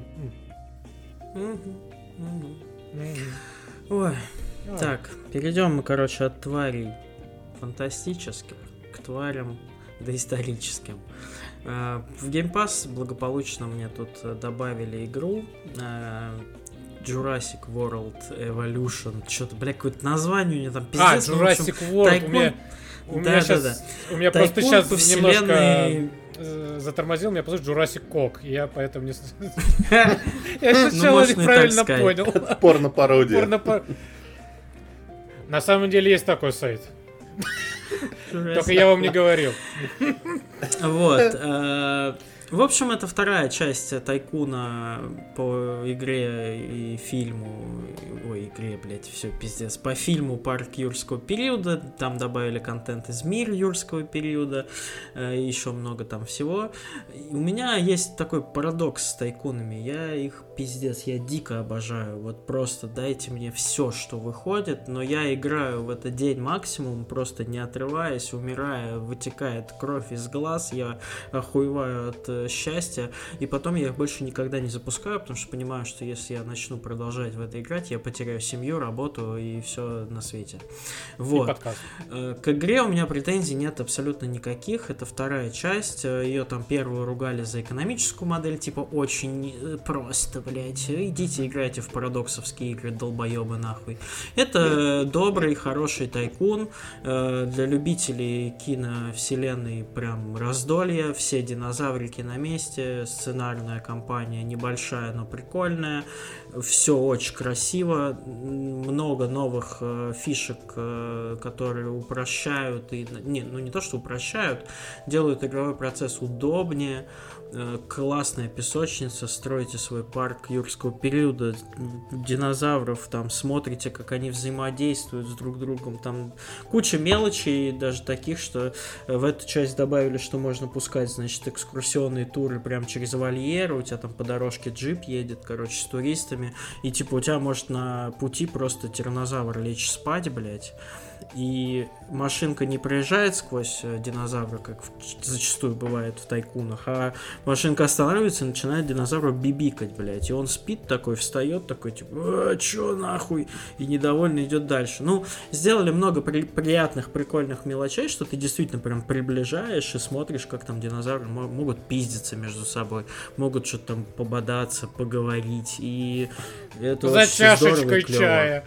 Ой, так, перейдем мы, короче, от тварей фантастических к тварям доисторическим. В Game Pass благополучно мне тут добавили игру Jurassic World Evolution. Что-то, бля, какое-то название у меня там пиздец. А, Jurassic World. Тайкун... У меня, у да, меня да, сейчас, да. У меня Тайкун просто сейчас вселенной... немножко затормозил, меня послушать Jurassic Cock. Я поэтому не... Я сначала Ну, неправильно понял. Порно-пародия. Порно-пар... На самом деле есть такой сайт. Только я вам не говорил. Вот. В общем, это вторая часть Тайкуна по игре и фильму. Ой, игре, блядь, все, пиздец. По фильму «Парк юрского периода». Там добавили контент из мира юрского периода. Еще много там всего. И у меня есть такой парадокс с Тайкунами. Я их, пиздец, я дико обожаю. Вот просто дайте мне все, что выходит. Но я играю в этот день максимум, просто не отрываясь, умирая, вытекает кровь из глаз. Я охуеваю от э, счастья, и потом я их больше никогда не запускаю, потому что понимаю, что если я начну продолжать в это играть, я потеряю семью, работу и все на свете. Вот. Э, к игре у меня претензий нет абсолютно никаких, это вторая часть, ее там первую ругали за экономическую модель, типа очень просто, блять, идите играйте в парадоксовские игры, долбоебы нахуй. Это добрый, хороший тайкун, э, для любителей киновселенной прям раздолье, все динозаврики на месте, сценарная кампания небольшая, но прикольная, все очень красиво, много новых э, фишек, э, которые упрощают, и, не, ну не то что упрощают, делают игровой процесс удобнее, э, классная песочница, строите свой парк юрского периода, динозавров, там смотрите, как они взаимодействуют с друг другом, там куча мелочей, даже таких, что в эту часть добавили, что можно пускать, значит, экскурсионные туры прям через вольеры, у тебя там по дорожке джип едет, короче, с туристами, и типа у тебя может на пути просто тираннозавр лечь спать, блять, и машинка не проезжает сквозь динозавра, как зачастую бывает в тайкунах, а машинка останавливается и начинает динозавра бибикать, блять, и он спит такой, встает такой, типа, а, чё нахуй, и недовольно идет дальше. Ну, сделали много при- приятных, прикольных мелочей, что ты действительно прям приближаешь и смотришь, как там динозавры м- могут пиздиться между собой, могут что-то там пободаться, поговорить, и это за чашечкой клево. Чая.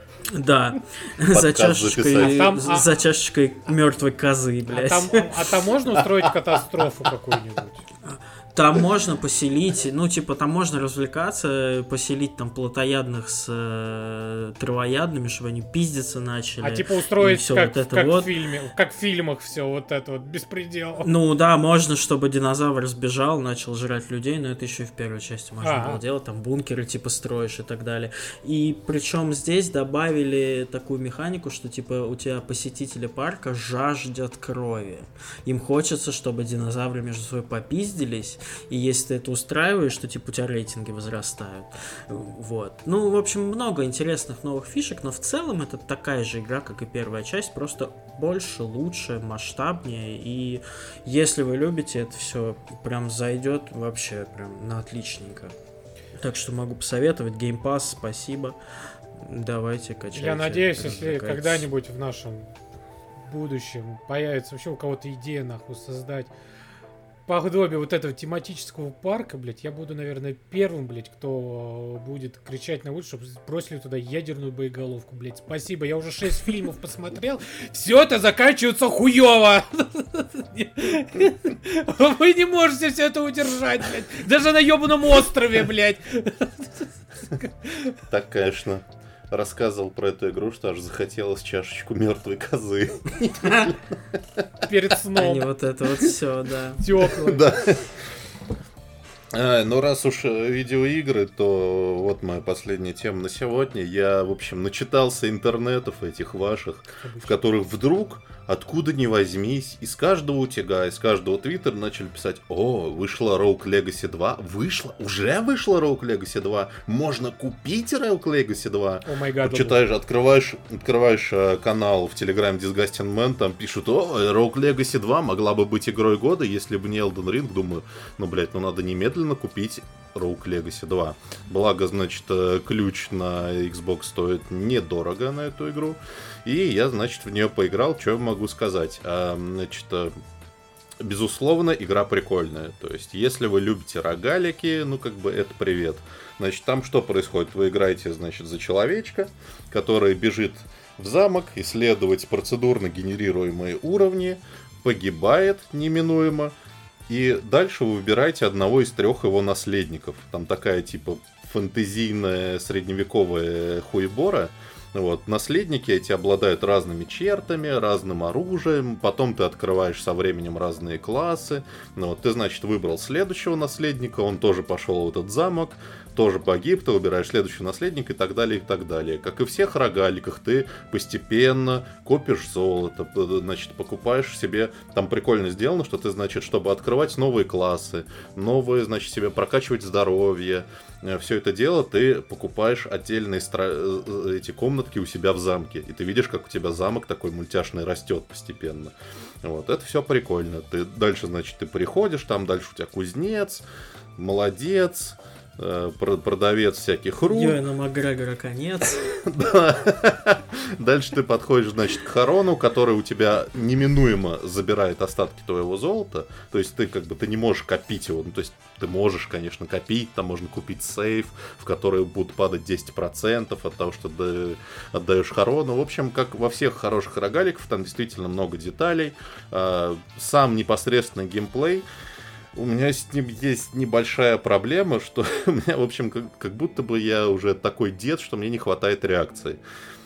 Да, за чашечкой, а там, за а... чашечкой мертвой козы, блядь. А там, а там можно устроить катастрофу какую-нибудь? Там можно поселить, ну, типа, там можно развлекаться, поселить там плотоядных с э, травоядными, чтобы они пиздиться начали. А типа устроить, все как, вот это как, вот. в фильме, как в фильмах все вот это вот, беспредел. Ну, да, можно, чтобы динозавр сбежал, начал жрать людей, но это еще и в первой части можно А-а. было делать, там бункеры типа строишь и так далее. И причем здесь добавили такую механику, что типа у тебя посетители парка жаждут крови. Им хочется, чтобы динозавры между собой попиздились, и если ты это устраиваешь, то типа у тебя рейтинги возрастают. Вот. Ну, в общем, много интересных новых фишек, но в целом это такая же игра, как и первая часть, просто больше, лучше, масштабнее. И если вы любите, это все прям зайдет вообще прям на отличненько. Так что могу посоветовать. Game Pass, спасибо. Давайте качайте. Я надеюсь, если когда-нибудь в нашем будущем появится вообще у кого-то идея нахуй создать подобие вот этого тематического парка, блядь, я буду, наверное, первым, блядь, кто будет кричать на улице, чтобы бросили туда ядерную боеголовку, блядь. Спасибо, я уже шесть фильмов посмотрел, все это заканчивается хуёво. Вы не можете все это удержать, блядь. Даже на ёбаном острове, блядь. Так, конечно. Рассказывал про эту игру, что аж захотелось чашечку мертвой козы. Перед сном. А не вот это вот все, да. Теплое. Да. А, ну, раз уж видеоигры, то вот моя последняя тема на сегодня. Я, в общем, начитался интернетов этих ваших, в которых вдруг, откуда ни возьмись, из каждого утяга, из каждого твиттера начали писать: о, вышла Rogue Legacy два, вышла, уже вышла Rogue Legacy два, можно купить Rogue Legacy два. О май гад. Читаешь, открываешь, открываешь э, канал в Telegram Disgusting Man, там пишут: о, Rogue Legacy два могла бы быть игрой года, если бы не Elden Ring. Думаю, ну, блядь, ну надо немедленно купить Rogue Legacy два. Благо, значит, ключ на Xbox стоит недорого на эту игру. И я, значит, в нее поиграл. Что я могу сказать? А, значит, безусловно, игра прикольная. То есть, если вы любите рогалики, ну, как бы, это привет. Значит, там что происходит? Вы играете, значит, за человечка, который бежит в замок, исследовать процедурно генерируемые уровни, погибает неминуемо. И дальше вы выбираете одного из трех его наследников. Там такая, типа, фэнтезийная средневековая хуебора. Вот. Наследники эти обладают разными чертами, разным оружием. Потом ты открываешь со временем разные классы. Ну, вот, ты, значит, выбрал следующего наследника. Он тоже пошел в этот замок. тоже погиб, ты выбираешь следующего наследника и так далее, и так далее. Как и в всех рогаликах, ты постепенно копишь золото, значит, покупаешь себе, там прикольно сделано, что ты, значит, чтобы открывать новые классы, новые, значит, себе прокачивать здоровье, все это дело ты покупаешь отдельные стра- эти комнатки у себя в замке, и ты видишь, как у тебя замок такой мультяшный растет постепенно. Вот, это все прикольно. Ты дальше, значит, ты приходишь, там дальше у тебя кузнец, молодец, э, продавец всяких рук. Юэна Макгрегора конец. Да. Дальше ты подходишь, значит, к Харону, который у тебя неминуемо забирает остатки твоего золота. То есть ты как бы ты не можешь копить его. Ну, то есть ты можешь, конечно, копить, там можно купить сейф, в который будут падать десять процентов от того, что ты отдаешь Харону. В общем, как во всех хороших рогаликах, там действительно много деталей. Сам непосредственно геймплей. У меня с ним есть небольшая проблема, что у меня, в общем, как, как будто бы я уже такой дед, что мне не хватает реакции.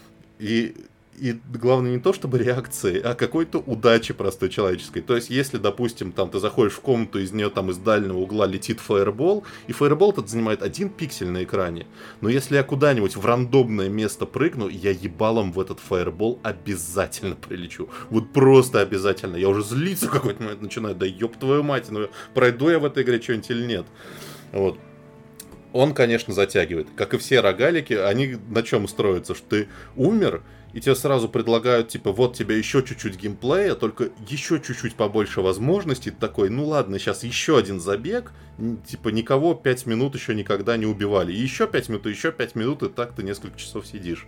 И, и главное не то, чтобы реакции, а какой-то удачи простой человеческой. То есть, если, допустим, там ты заходишь в комнату, из нее там из дальнего угла летит фаербол, и фаербол этот занимает один пиксель на экране, но если я куда-нибудь в рандомное место прыгну, я ебалом в этот фаербол обязательно прилечу. Вот просто обязательно. Я уже злиться в какой-то момент начинаю, да ёб твою мать, ну пройду я в этой игре что-нибудь или нет. Вот. Он, конечно, затягивает. Как и все рогалики, они на чем строятся? Что ты умер, и тебе сразу предлагают, типа, вот тебе еще чуть-чуть геймплея, только еще чуть-чуть побольше возможностей. Ты такой, ну ладно, сейчас еще один забег. Типа, никого пять минут еще никогда не убивали. И еще пять минут, и еще пять минут, и так ты несколько часов сидишь.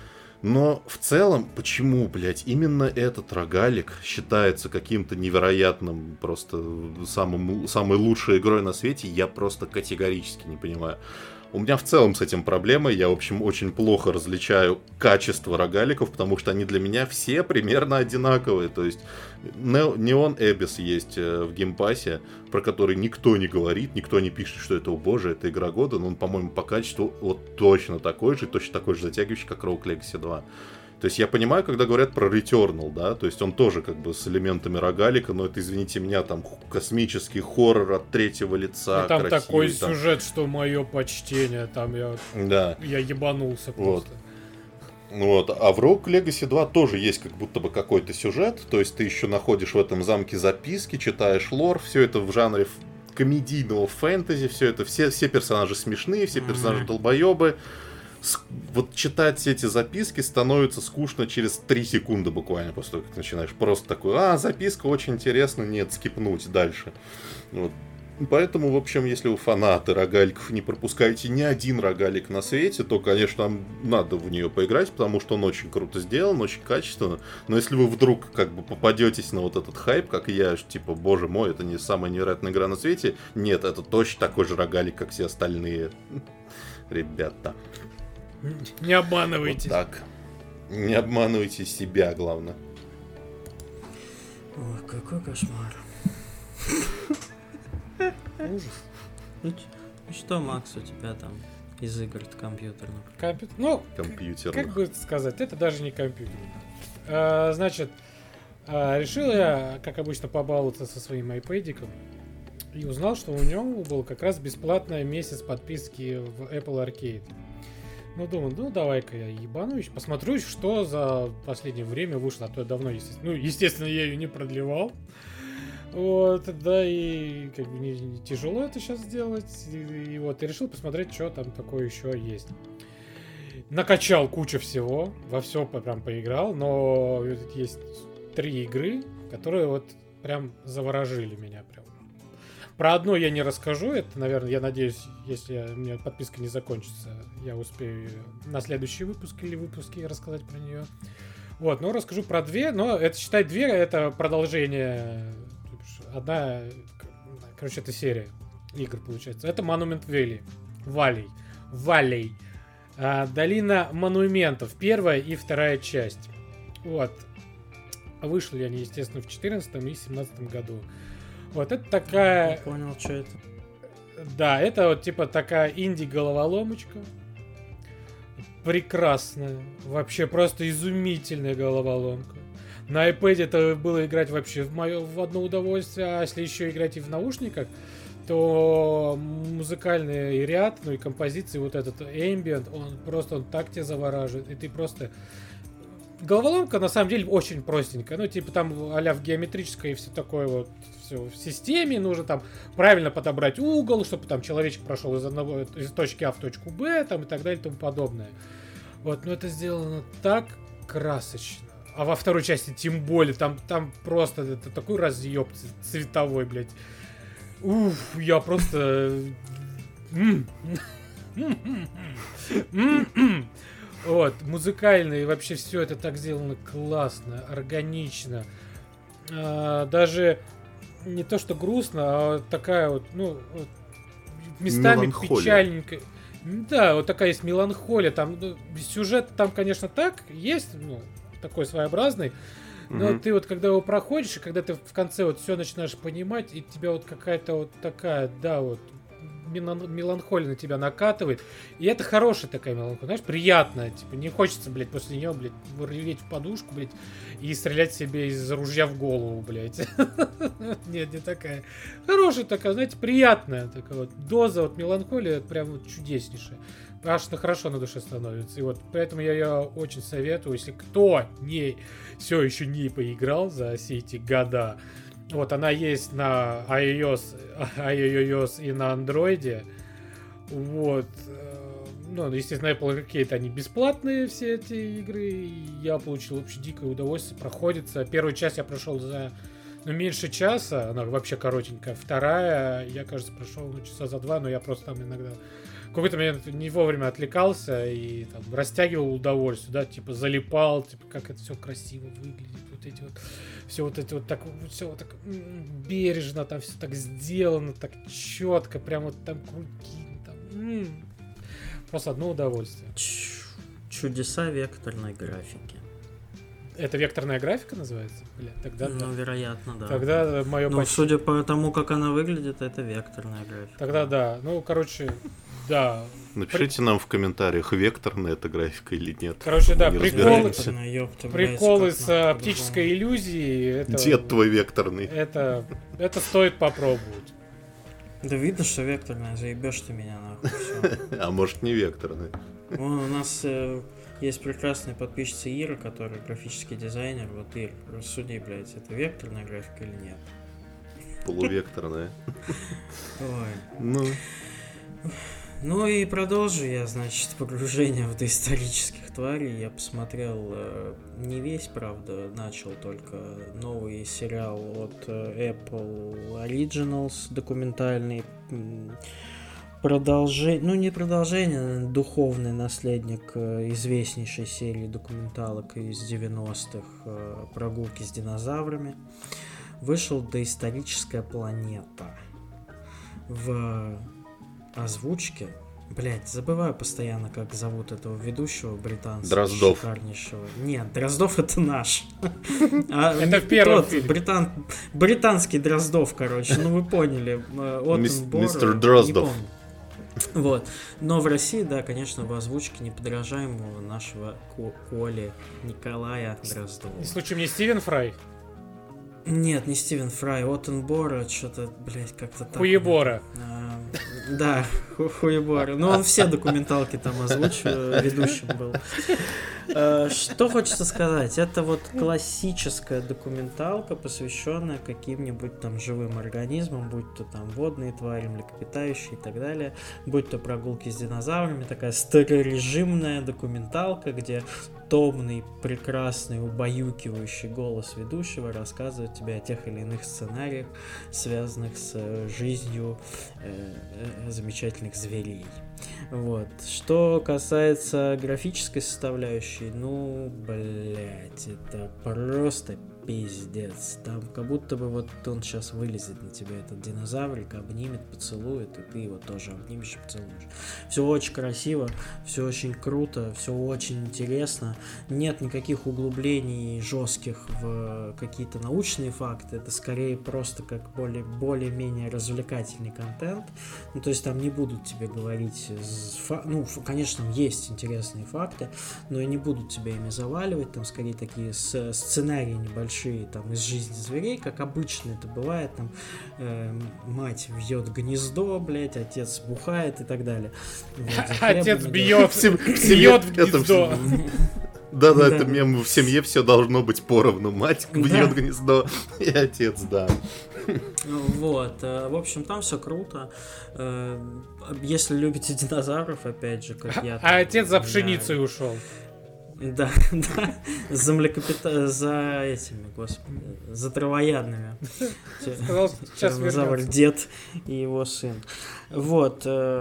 Но в целом, почему, блядь, именно этот рогалик считается каким-то невероятным, просто самым, самой лучшей игрой на свете, я просто категорически не понимаю. У меня в целом с этим проблемы, я, в общем, очень плохо различаю качество рогаликов, потому что они для меня все примерно одинаковые. То есть Neon Abyss есть в геймпассе, про который никто не говорит, никто не пишет, что это, о боже, это игра года, но он, по-моему, по качеству вот точно такой же, точно такой же затягивающий, как Rogue Legacy два. То есть я понимаю, когда говорят про Returnal, да, то есть он тоже как бы с элементами рогалика, но это, извините меня, там космический хоррор от третьего лица. И там красивый, такой там... сюжет, что мое почтение, там я, да. я ебанулся просто. Вот. Вот. А в Rogue Legacy два тоже есть как будто бы какой-то сюжет, то есть ты еще находишь в этом замке записки, читаешь лор, все это в жанре комедийного фэнтези, все это, все, все персонажи смешные, все персонажи mm-hmm. долбоебы. Вот читать все эти записки становится скучно через три секунды буквально после того, как начинаешь. Просто такой, а, записка очень интересна, нет, скипнуть дальше. Вот. Поэтому, в общем, если вы фанаты рогаликов и не пропускаете ни один рогалик на свете, то, конечно, вам надо в нее поиграть, потому что он очень круто сделан, очень качественно. Но если вы вдруг как бы попадетесь на вот этот хайп, как я, типа, боже мой, это не самая невероятная игра на свете, нет, это точно такой же рогалик, как все остальные. Ребята. Не обманывайтесь. Вот так. Не обманывайте себя, главное. Ой, какой кошмар. Ужас. Ну, ну что, Макс, у тебя там из игр компьютерных? Компью... Ну, компьютерных. Как бы сказать, это даже не компьютер. А, значит, а, решил я, как обычно, побаловаться со своим айпэдиком. И узнал, что у него был как раз бесплатный месяц подписки в Apple Arcade. Ну, думаю, ну давай-ка я ебанусь, посмотрю, что за последнее время вышло. А то я давно, естественно, ну, естественно, я ее не продлевал. Вот, да, и как бы не, не тяжело это сейчас сделать. И, и вот, и решил посмотреть, что там такое еще есть. Накачал кучу всего, во все прям поиграл, но есть три игры, которые вот прям заворожили меня прям. Про одну я не расскажу, это, наверное, я надеюсь, если у меня подписка не закончится, я успею на следующий выпуск или выпуски рассказать про нее. Вот, ну расскажу про две, но это, считай, две, это продолжение, одна, короче, это серия игр, получается. Это Monument Valley, Valley, Valley, а, Долина монументов, первая и вторая часть. Вот, вышли они, естественно, в четырнадцатом и семнадцатом году. Вот, это такая... Не понял, что это. Да, это вот типа такая инди-головоломочка. Прекрасная. Вообще просто изумительная головоломка. На iPad это было играть вообще в, моё, в одно удовольствие, а если еще играть и в наушниках, то музыкальный ряд, ну и композиции, вот этот ambient, он просто, он так тебя завораживает, и ты просто... Головоломка, на самом деле, очень простенькая, ну, типа там а-ля в геометрической и все такое вот, все в системе, нужно там правильно подобрать угол, чтобы там человечек прошел из одного, из точки А в точку Б, там и так далее и тому подобное. Вот, но это сделано так красочно. А во второй части тем более, там, там просто это такой разъеб цветовой, блядь. Уф, я просто... Вот, музыкально и вообще все это так сделано классно, органично. А, даже не то, что грустно, а такая вот, ну, вот, местами печальненькая. Да, вот такая есть меланхолия. Там ну, сюжет там, конечно, так есть, ну, такой своеобразный. Но mm-hmm. ты вот когда его проходишь, и когда ты в конце вот все начинаешь понимать, и тебя вот какая-то вот такая, да, вот меланхолия на тебя накатывает. И это хорошая такая меланхолия, знаешь, приятная. Типа не хочется, блядь, после нее, блядь, реветь в подушку, блядь, и стрелять себе из ружья в голову, блядь. Нет, не такая. Хорошая такая, знаете, приятная такая вот доза вот меланхолии, прям вот чудеснейшая. Аж на хорошо на душе становится. И вот поэтому я ее очень советую, если кто не все еще не поиграл за все эти года. Вот она есть на iOS, iOS и на Android. Вот. Ну, естественно, Apple Arcade, они бесплатные, все эти игры. Я получил вообще дикое удовольствие. Проходится. Первую часть я прошел за ну, меньше часа. Она вообще коротенькая. Вторая, я, кажется, прошел ну, часа за два, но я просто там иногда в какой-то момент не вовремя отвлекался и там растягивал удовольствие, да, типа залипал, типа как это все красиво выглядит, вот эти вот, все вот эти вот так, все вот так бережно, там все так сделано, так четко, прям вот там круги, там, м-м. Просто одно удовольствие. Чудеса векторной графики. Это векторная графика называется? Бля, тогда ну, да. вероятно, да. Тогда мое Ну, почти... судя по тому, как она выглядит, это векторная графика. Тогда да. Ну, короче, да. Напишите При... нам в комментариях, векторная это графика или нет. Короче, да, не приколы, приколы с оптической иллюзией. Это, Дед твой векторный. Это, это стоит попробовать. Да видно, что векторная, заебешь ты меня нахуй. Все. А может не векторная. Вон у нас э, есть прекрасная подписчица Ира, которая графический дизайнер. Вот, Ир, рассуди, блядь, это векторная графика или нет? Полувекторная. Ой. Ну... Ну и продолжу я, значит, погружение в доисторических тварей. Я посмотрел, э, не весь, правда, начал только новый сериал от э, Apple Originals, документальный. Продолжение, ну не продолжение, духовный наследник э, известнейшей серии документалок из девяностых э, «Прогулки с динозаврами». Вышел «Доисторическая планета». В озвучке, блять, забываю постоянно, как зовут этого ведущего британца. Дроздов. Шикарнейшего. Нет, Дроздов это наш. Это в первом фильме. Британский Дроздов, короче, ну вы поняли. Мистер Дроздов. Вот. Но в России, да, конечно, в озвучке неподражаемого нашего Коли Николая Дроздова. Не случайно не Стивен Фрай? Нет, не Стивен Фрай, Оттенбора, что-то, блядь, как-то так. Хуебора. А, да, ху- Хуебора. Ну, он все документалки там озвучил, ведущим был. А, что хочется сказать? Это вот классическая документалка, посвященная каким-нибудь там живым организмам, будь то там водные твари, млекопитающие и так далее, будь то прогулки с динозаврами, такая старорежимная документалка, где томный, прекрасный, убаюкивающий голос ведущего рассказывает тебе о тех или иных сценариях, связанных с жизнью э, э, замечательных зверей. Вот. Что касается графической составляющей, ну, блять, это просто пиздец. Там как будто бы вот он сейчас вылезет на тебя, этот динозаврик, обнимет, поцелует, и ты его тоже обнимешь и поцелуешь. Все очень красиво, все очень круто, все очень интересно. Нет никаких углублений жестких в какие-то научные факты. Это скорее просто как более, более-менее развлекательный контент. Ну, то есть там не будут тебе говорить... Ну, конечно, есть интересные факты, но и не будут тебя ими заваливать. Там скорее такие сценарии небольшие, большие, там, из жизни зверей, как обычно это бывает, там, э, мать вьет гнездо, блядь, отец бухает и так далее. Вот, отец бьет, бьет в гнездо. Да-да, это мем, в семье все должно быть поровну. Мать бьет гнездо, и отец, да. Вот, в общем, там все круто. Если любите динозавров, опять же, как я. А отец за пшеницей ушел. Да, да, за млекопита... за этими, господи, за травоядными. Сказал, сейчас Тираннозавр дед и его сын. Вот,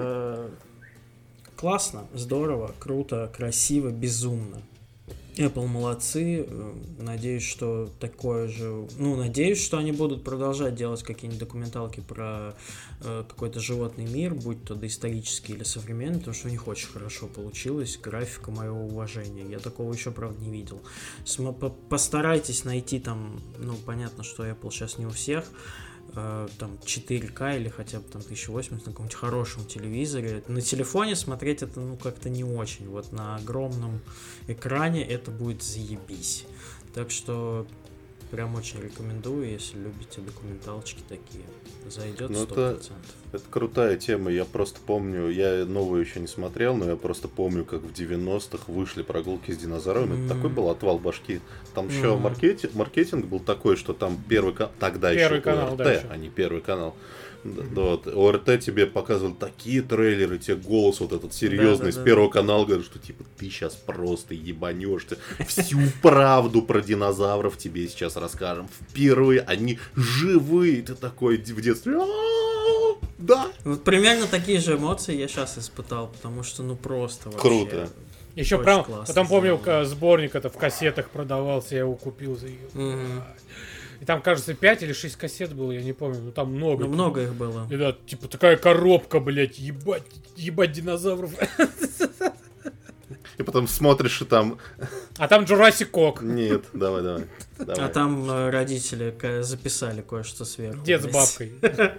классно, здорово, круто, красиво, безумно. Apple молодцы, надеюсь, что такое же, ну, надеюсь, что они будут продолжать делать какие-нибудь документалки про э, какой-то животный мир, будь то доисторический или современный, потому что у них очень хорошо получилось, графика моего уважения, я такого еще, правда, не видел. См- постарайтесь найти там, ну, понятно, что Apple сейчас не у всех, там четыре ка или хотя бы там тысяча восемьдесят на каком-нибудь хорошем телевизоре. На телефоне смотреть это, ну, как-то не очень. Вот на огромном экране это будет заебись. Так что прям очень рекомендую, если любите документалочки такие. Зайдет сто процентов. Это, это крутая тема. Я просто помню, я новую еще не смотрел, но я просто помню, как в девяностых вышли прогулки с динозаврами. Mm-hmm. Это такой был отвал башки. Там mm-hmm. еще маркетинг, маркетинг был такой, что там первый канал, тогда первый еще канал, ОРТ, да, еще. а не первый канал. Mm-hmm. Вот. ОРТ тебе показывал такие трейлеры, тебе голос вот этот серьезный с первого канала говорит, что типа ты сейчас просто ебанешься. Всю правду про динозавров тебе сейчас расскажем. Впервые они живые. Ты такой в детстве. Да. Вот примерно такие же эмоции я сейчас испытал, потому что ну просто вообще. Круто. Еще прям, потом помню, сборник это в кассетах продавался, я его купил за ее. Mm-hmm. И там, кажется, пять или шесть кассет было, я не помню, но там много. Ну, много их было. И да, типа такая коробка, блядь, ебать, ебать динозавров. И потом смотришь, и там... А там Jurassic Кок. Нет, давай, давай. давай. А там э, родители записали кое-что сверху. Дед с бабкой.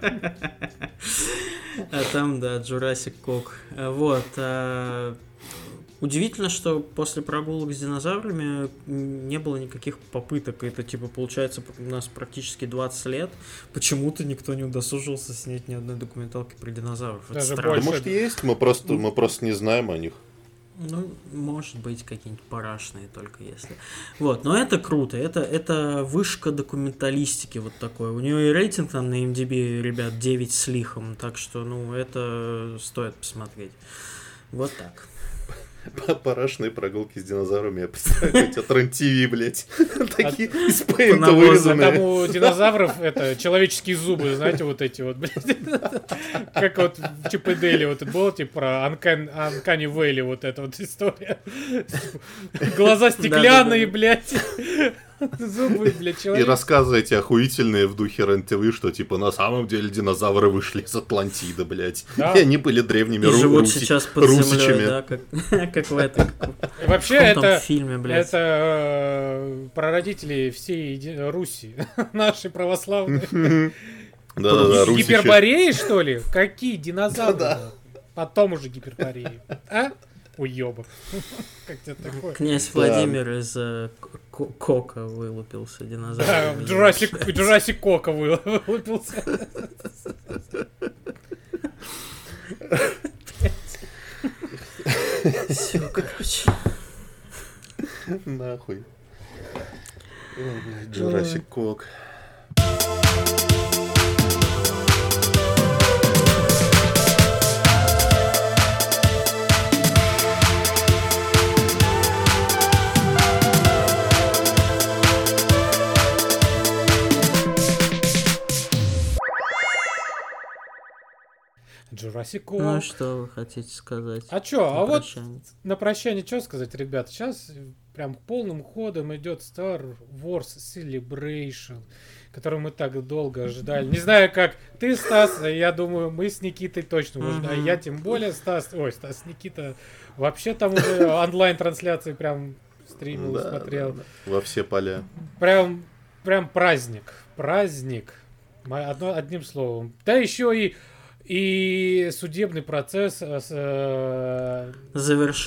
А там, да, Jurassic Кок. Вот. Удивительно, что после прогулок с динозаврами не было никаких попыток. Это, типа, получается, у нас практически двадцать лет. Почему-то никто не удосужился снять ни одной документалки про динозавров. Даже больше. Может, есть, мы просто, мы просто не знаем о них. Ну, может быть, какие-нибудь парашные только если. Вот, но это круто. Это, это вышка документалистики вот такой. У нее и рейтинг там на эм ди би, ребят, девять с лихом. Так что, ну, это стоит посмотреть. Вот так. Парашные прогулки с динозаврами. Я представляю, от РЕН-ТВ, блядь. Такие из пейнта вырезанные. Там у динозавров это человеческие зубы, знаете, вот эти вот, блядь. Как вот в Чип и Дейли вот это было, типа про Анкани Вейли вот эта вот история. Глаза стеклянные, блядь. Зубы, блядь, человек. И рассказываете охуительные в духе РЕН-ТВ, что типа на самом деле динозавры вышли из Атлантиды, блядь. Да. И они были древними ру- живут руси- сейчас под русичами. землей, да, как, как в этой. Вообще это фильме, блядь. Это э, прародители всей еди- Руси, нашей православной. Да-да-да, русичи. Гипербореи, что ли? Какие динозавры? Потом уже гипербореи. А? Уёбок. Как тебе такое? Князь Владимир из э, к- Кока вылупился, динозавр. Да, Jurassic, Jurassic Кока вылупился. Все, короче. Нахуй. Jurassic Кок. Jurassic Кок. Ну, что вы хотите сказать? А чё, на а прощание? вот на прощание что сказать, ребят? Сейчас прям полным ходом идет Star Wars Celebration, который мы так долго ожидали. Не знаю, как ты, Стас, я думаю, мы с Никитой точно уже, а я тем более, Стас, ой, Стас, Никита, вообще там уже онлайн-трансляции прям стримил, Да, смотрел. да, да. Во все поля. Прям, прям праздник, праздник, Одно, одним словом. Да еще и И судебный процесс э,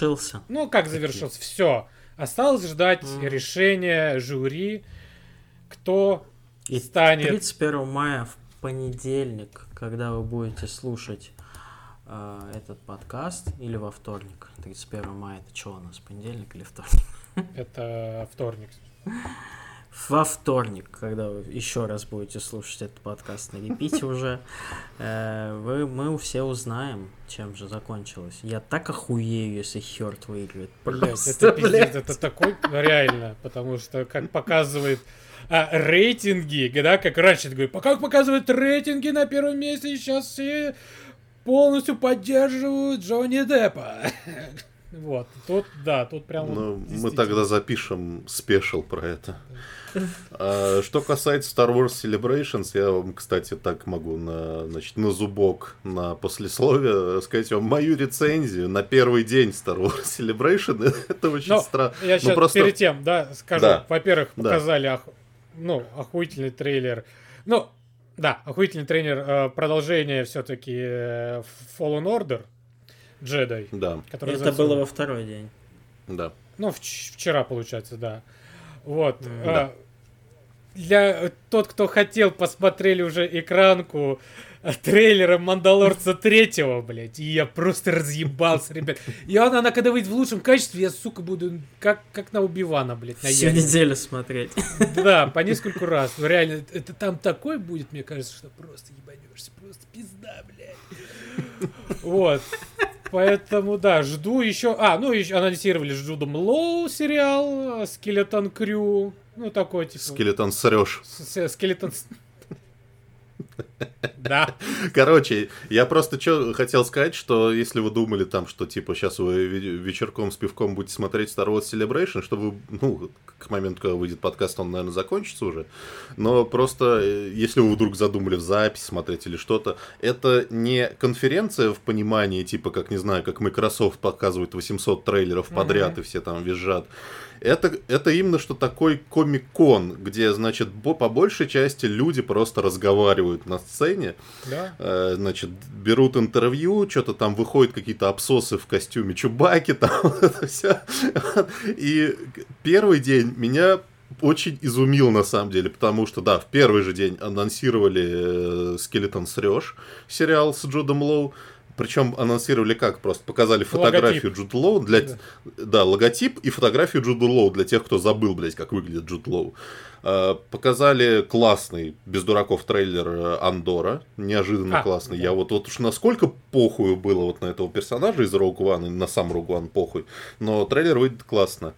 завершился. Ну, как завершился? Все. Осталось ждать mm. решения жюри. кто И станет... тридцать первого мая в понедельник, когда вы будете слушать э, этот подкаст, или во вторник. тридцать первого мая, это что у нас, понедельник или вторник? Это вторник. Во вторник, когда вы еще раз будете слушать этот подкаст на репите уже, э, вы, мы все узнаем, чем же закончилось. Я так охуею, если Хёрд выиграет. Блять, это пиздец, это такой, реально, потому что, как показывает а, рейтинги, да, как раньше, ты говоришь, как показывают рейтинги на первом месте, сейчас все полностью поддерживают Джонни Деппа. Вот, тут, да, тут прям... Ну, вот мы тогда запишем спешл про это. А, что касается Star Wars Celebrations, я вам, кстати, так могу на, значит, на зубок, на послесловие сказать вам мою рецензию на первый день Star Wars Celebration. Это очень Но странно. Я сейчас просто... перед тем, да, скажу. Да. Во-первых, Да. показали ох... ну, охуительный трейлер. Ну, да, охуительный трейлер э, продолжения все-таки э, Fallen Order Jedi. Да, который Это называется- было во второй день. да. Ну, вч- вчера, получается, да. Вот. М, э, да. Для тот, кто хотел, посмотрели уже экранку э, трейлера Мандалорца третьего, блядь, и я просто разъебался, ребят. И она, она когда выйдет в лучшем качестве, я, сука, буду как, как на Убивана, блядь, Всю наеден. неделю смотреть. Да, по нескольку раз. Ну, реально, это, это там такой будет, мне кажется, что просто ебанешься. Просто пизда, блядь. Вот. Поэтому, да, жду еще... А, ну, еще анонсировали с Джудом Лоу сериал, Скелетон Крю. Ну, такой, типа... Скелетон срешь. Скелетон... Да. Короче, я просто что хотел сказать, что если вы думали там, что типа сейчас вы ве- вечерком с пивком будете смотреть Star Wars Celebration, что вы, ну, к моменту, когда выйдет подкаст, он, наверное, закончится уже. Но просто, э, если вы вдруг задумали в запись смотреть или что-то, это не конференция в понимании, типа, как, не знаю, как Microsoft показывает восемьсот трейлеров подряд, Мгм. и все там визжат. Это, это именно что такой комик-кон, где, значит, бо- по большей части люди просто разговаривают на сцене, Да. э, значит, берут интервью, что-то там выходят какие-то абсосы в костюме Чубаки, там это все. И первый день меня очень изумил на самом деле, потому что, да, в первый же день анонсировали «Скелетон срешь» сериал с Джудом Лоу. Причем анонсировали как? Просто показали фотографию Логотип. Джуда Лоу для... Да. Да, логотип и фотографию Джуда Лоу для тех, кто забыл, блядь, как выглядит Джуд Лоу. Э, Показали классный, без дураков, трейлер э, Андора. Неожиданно А, классный. да. Я вот, вот уж насколько похую было вот на этого персонажа из Rogue One, и на сам Rogue One похуй. Но трейлер выйдет классно.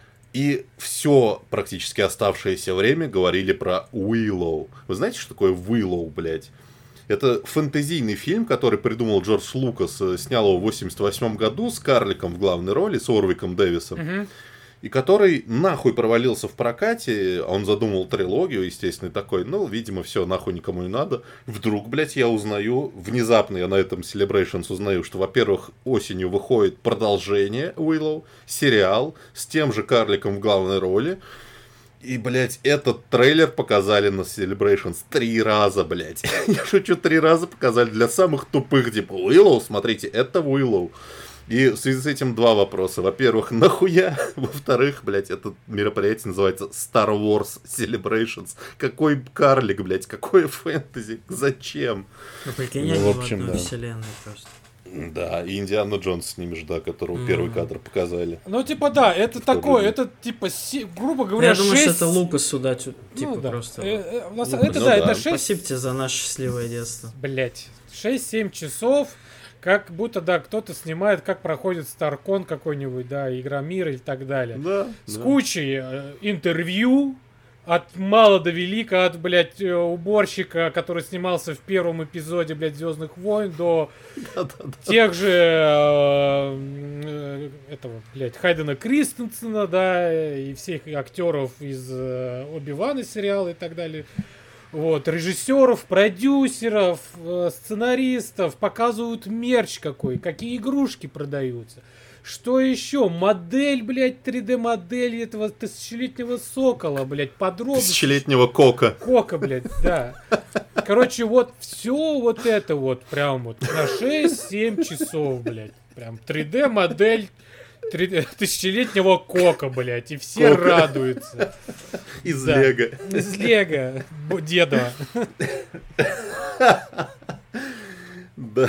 И все практически оставшееся время говорили про Уиллоу. Вы знаете, что такое Уиллоу, блядь? Это фэнтезийный фильм, который придумал Джордж Лукас, э, снял его в восемьдесят восьмом году с карликом в главной роли, с Орвиком Дэвисом, Мгм. и который нахуй провалился в прокате. Он задумал трилогию, естественно, и такой, ну, видимо, все, нахуй никому не надо. Вдруг, блядь, я узнаю, внезапно я на этом Celebrations узнаю, что, во-первых, осенью выходит продолжение Уиллоу, сериал с тем же карликом в главной роли. И, блядь, этот трейлер показали на Celebrations три раза, блядь. Я шучу, три раза показали для самых тупых, типа, Уиллоу, смотрите, это Уиллоу. И в связи с этим два вопроса. Во-первых, нахуя? Во-вторых, блядь, это мероприятие называется Star Wars Celebrations. Какой карлик, блядь, какое фэнтези, зачем? Ну, прикинь, Ну, они в в общем, одной да. вселенной просто. Да, и Индиана Джонс с ними же, да, которого Мгм. первый кадр показали. Ну, типа, да, это Что такое, будет? это, типа, се- грубо Ну, говоря, я думаю, что шесть- это Лукас сюда, чё- типа, Ну, да. просто... Э, э, у нас- Лукас. Это, Ну да, да. это шесть... Спасибо тебе за наше счастливое детство. Блять, шесть-семь часов, как будто, да, кто-то снимает, как проходит Старкон какой-нибудь, да, Игра мира и так далее. Да, С да. кучей э, интервью от мала до велика, от, блядь, э, уборщика, который снимался в первом эпизоде, блядь, Звездных войн, до Да-да-да. тех же э, э, этого, блядь, Хайдена Кристенсена, да, и всех актеров из э, Оби-Вана сериала и так далее. Вот, режиссеров, продюсеров, э, сценаристов, показывают мерч какой, какие игрушки продаются. Что еще? Модель, блядь, три дэ-модель этого тысячелетнего сокола, блядь, подробности. Тысячелетнего кока. Кока, блядь, да. Короче, вот все вот это вот прям вот на шесть-семь часов, блядь. Прям три дэ-модель три- тысячелетнего кока, блядь, и все Кока. радуются. Из Да. Лего. Из Лего б- деда. Да.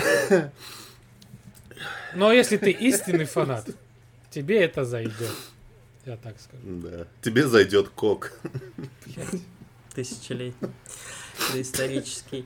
Но если ты истинный фанат, тебе это зайдет. Я так скажу. Да. Тебе зайдет кок. Тысячелетний. Доисторический.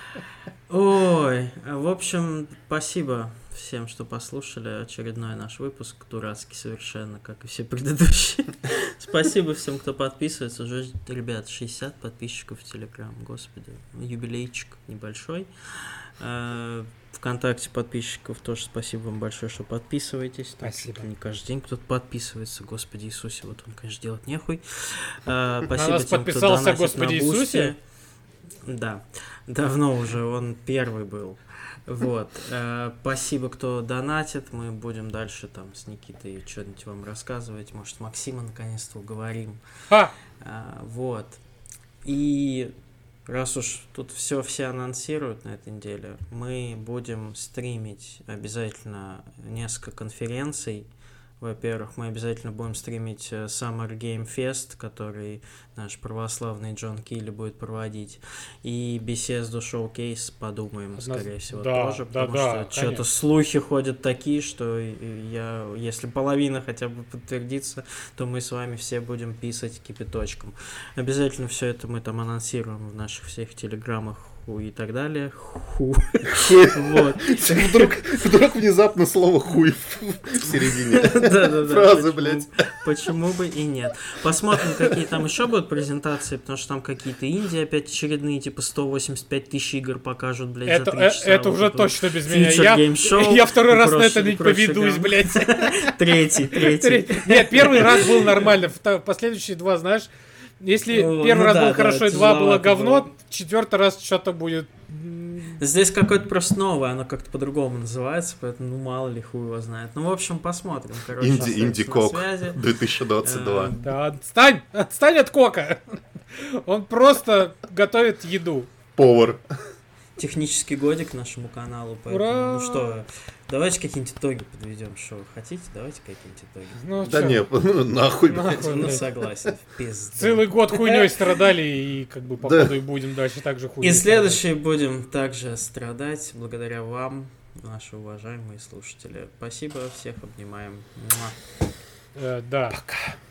Ой, в общем, спасибо всем, что послушали очередной наш выпуск, дурацкий совершенно, как и все предыдущие. Спасибо всем, кто подписывается. Уже, ребят, шестьдесят подписчиков в Телеграм, господи, юбилейчик небольшой. Э, ВКонтакте подписчиков тоже спасибо вам большое, что подписываетесь. Там Спасибо. чуть ли не каждый день кто-то подписывается, господи Иисусе, вот он, конечно, делать нехуй. Э, На Спасибо нас тем, кто подписался донатит Господи на Бусти. Иисусе. Да, давно уже, он первый был. Вот. э, Спасибо, кто донатит. Мы будем дальше там с Никитой что-нибудь вам рассказывать. Может, Максима наконец-то уговорим. Ха! А, Вот. И раз уж тут все все анонсируют на этой неделе, мы будем стримить обязательно несколько конференций. Во-первых, мы обязательно будем стримить э, Summer Game Fest, который наш православный Джон Килли будет проводить. И Bethesda Showcase подумаем, Одноз- скорее всего, да, тоже. да, Потому да, что что-то конечно. слухи ходят такие, что и- и я, если половина хотя бы подтвердится, то мы с вами все будем писать кипяточком. Обязательно все это мы там анонсируем в наших всех телеграммах ху и так далее. Ху. Вот. Вдруг, вдруг внезапно слово хуй в середине Да-да-да. фразы, почему- блядь. Почему бы и нет. Посмотрим, какие там еще будут презентации, потому что там какие-то Индии опять очередные, типа сто восемьдесят пять тысяч игр покажут, блядь, Это, за три э- часа. это Вот уже это точно без меня. Future Я, Game Show я второй и раз на прочее, это и не прочее поведусь, гам. блядь. вот. Третий, третий. Третий. Нет, первый раз был нормально. вто- Последующие два, знаешь, если Ну, первый ну раз да, был да, хорошо, и два было тяжеловато говно, было. четвертый раз что-то будет... м, Здесь какое-то просто новое, оно как-то по-другому называется, поэтому, ну, мало ли, хуй его знает. Ну, в общем, посмотрим. Короче, Инди, остаемся Инди на Кок связи. две тысячи двадцать два. Э, Да, отстань! Отстань от Кока! Он просто готовит еду. Повар. Технический годик нашему каналу, поэтому, Ура! ну что, давайте какие-нибудь итоги подведем, что вы хотите, давайте какие-нибудь итоги. Ну, Да чё, не, нахуй, Нахуй. блядь. Ой, Ну, блядь. согласен, в пизду. Целый год хуйней страдали и как бы Да. походу и будем дальше так же хуйней И страдать. следующие будем также страдать благодаря вам, наши уважаемые слушатели. Спасибо, всех обнимаем. Муа. Э, да. Пока.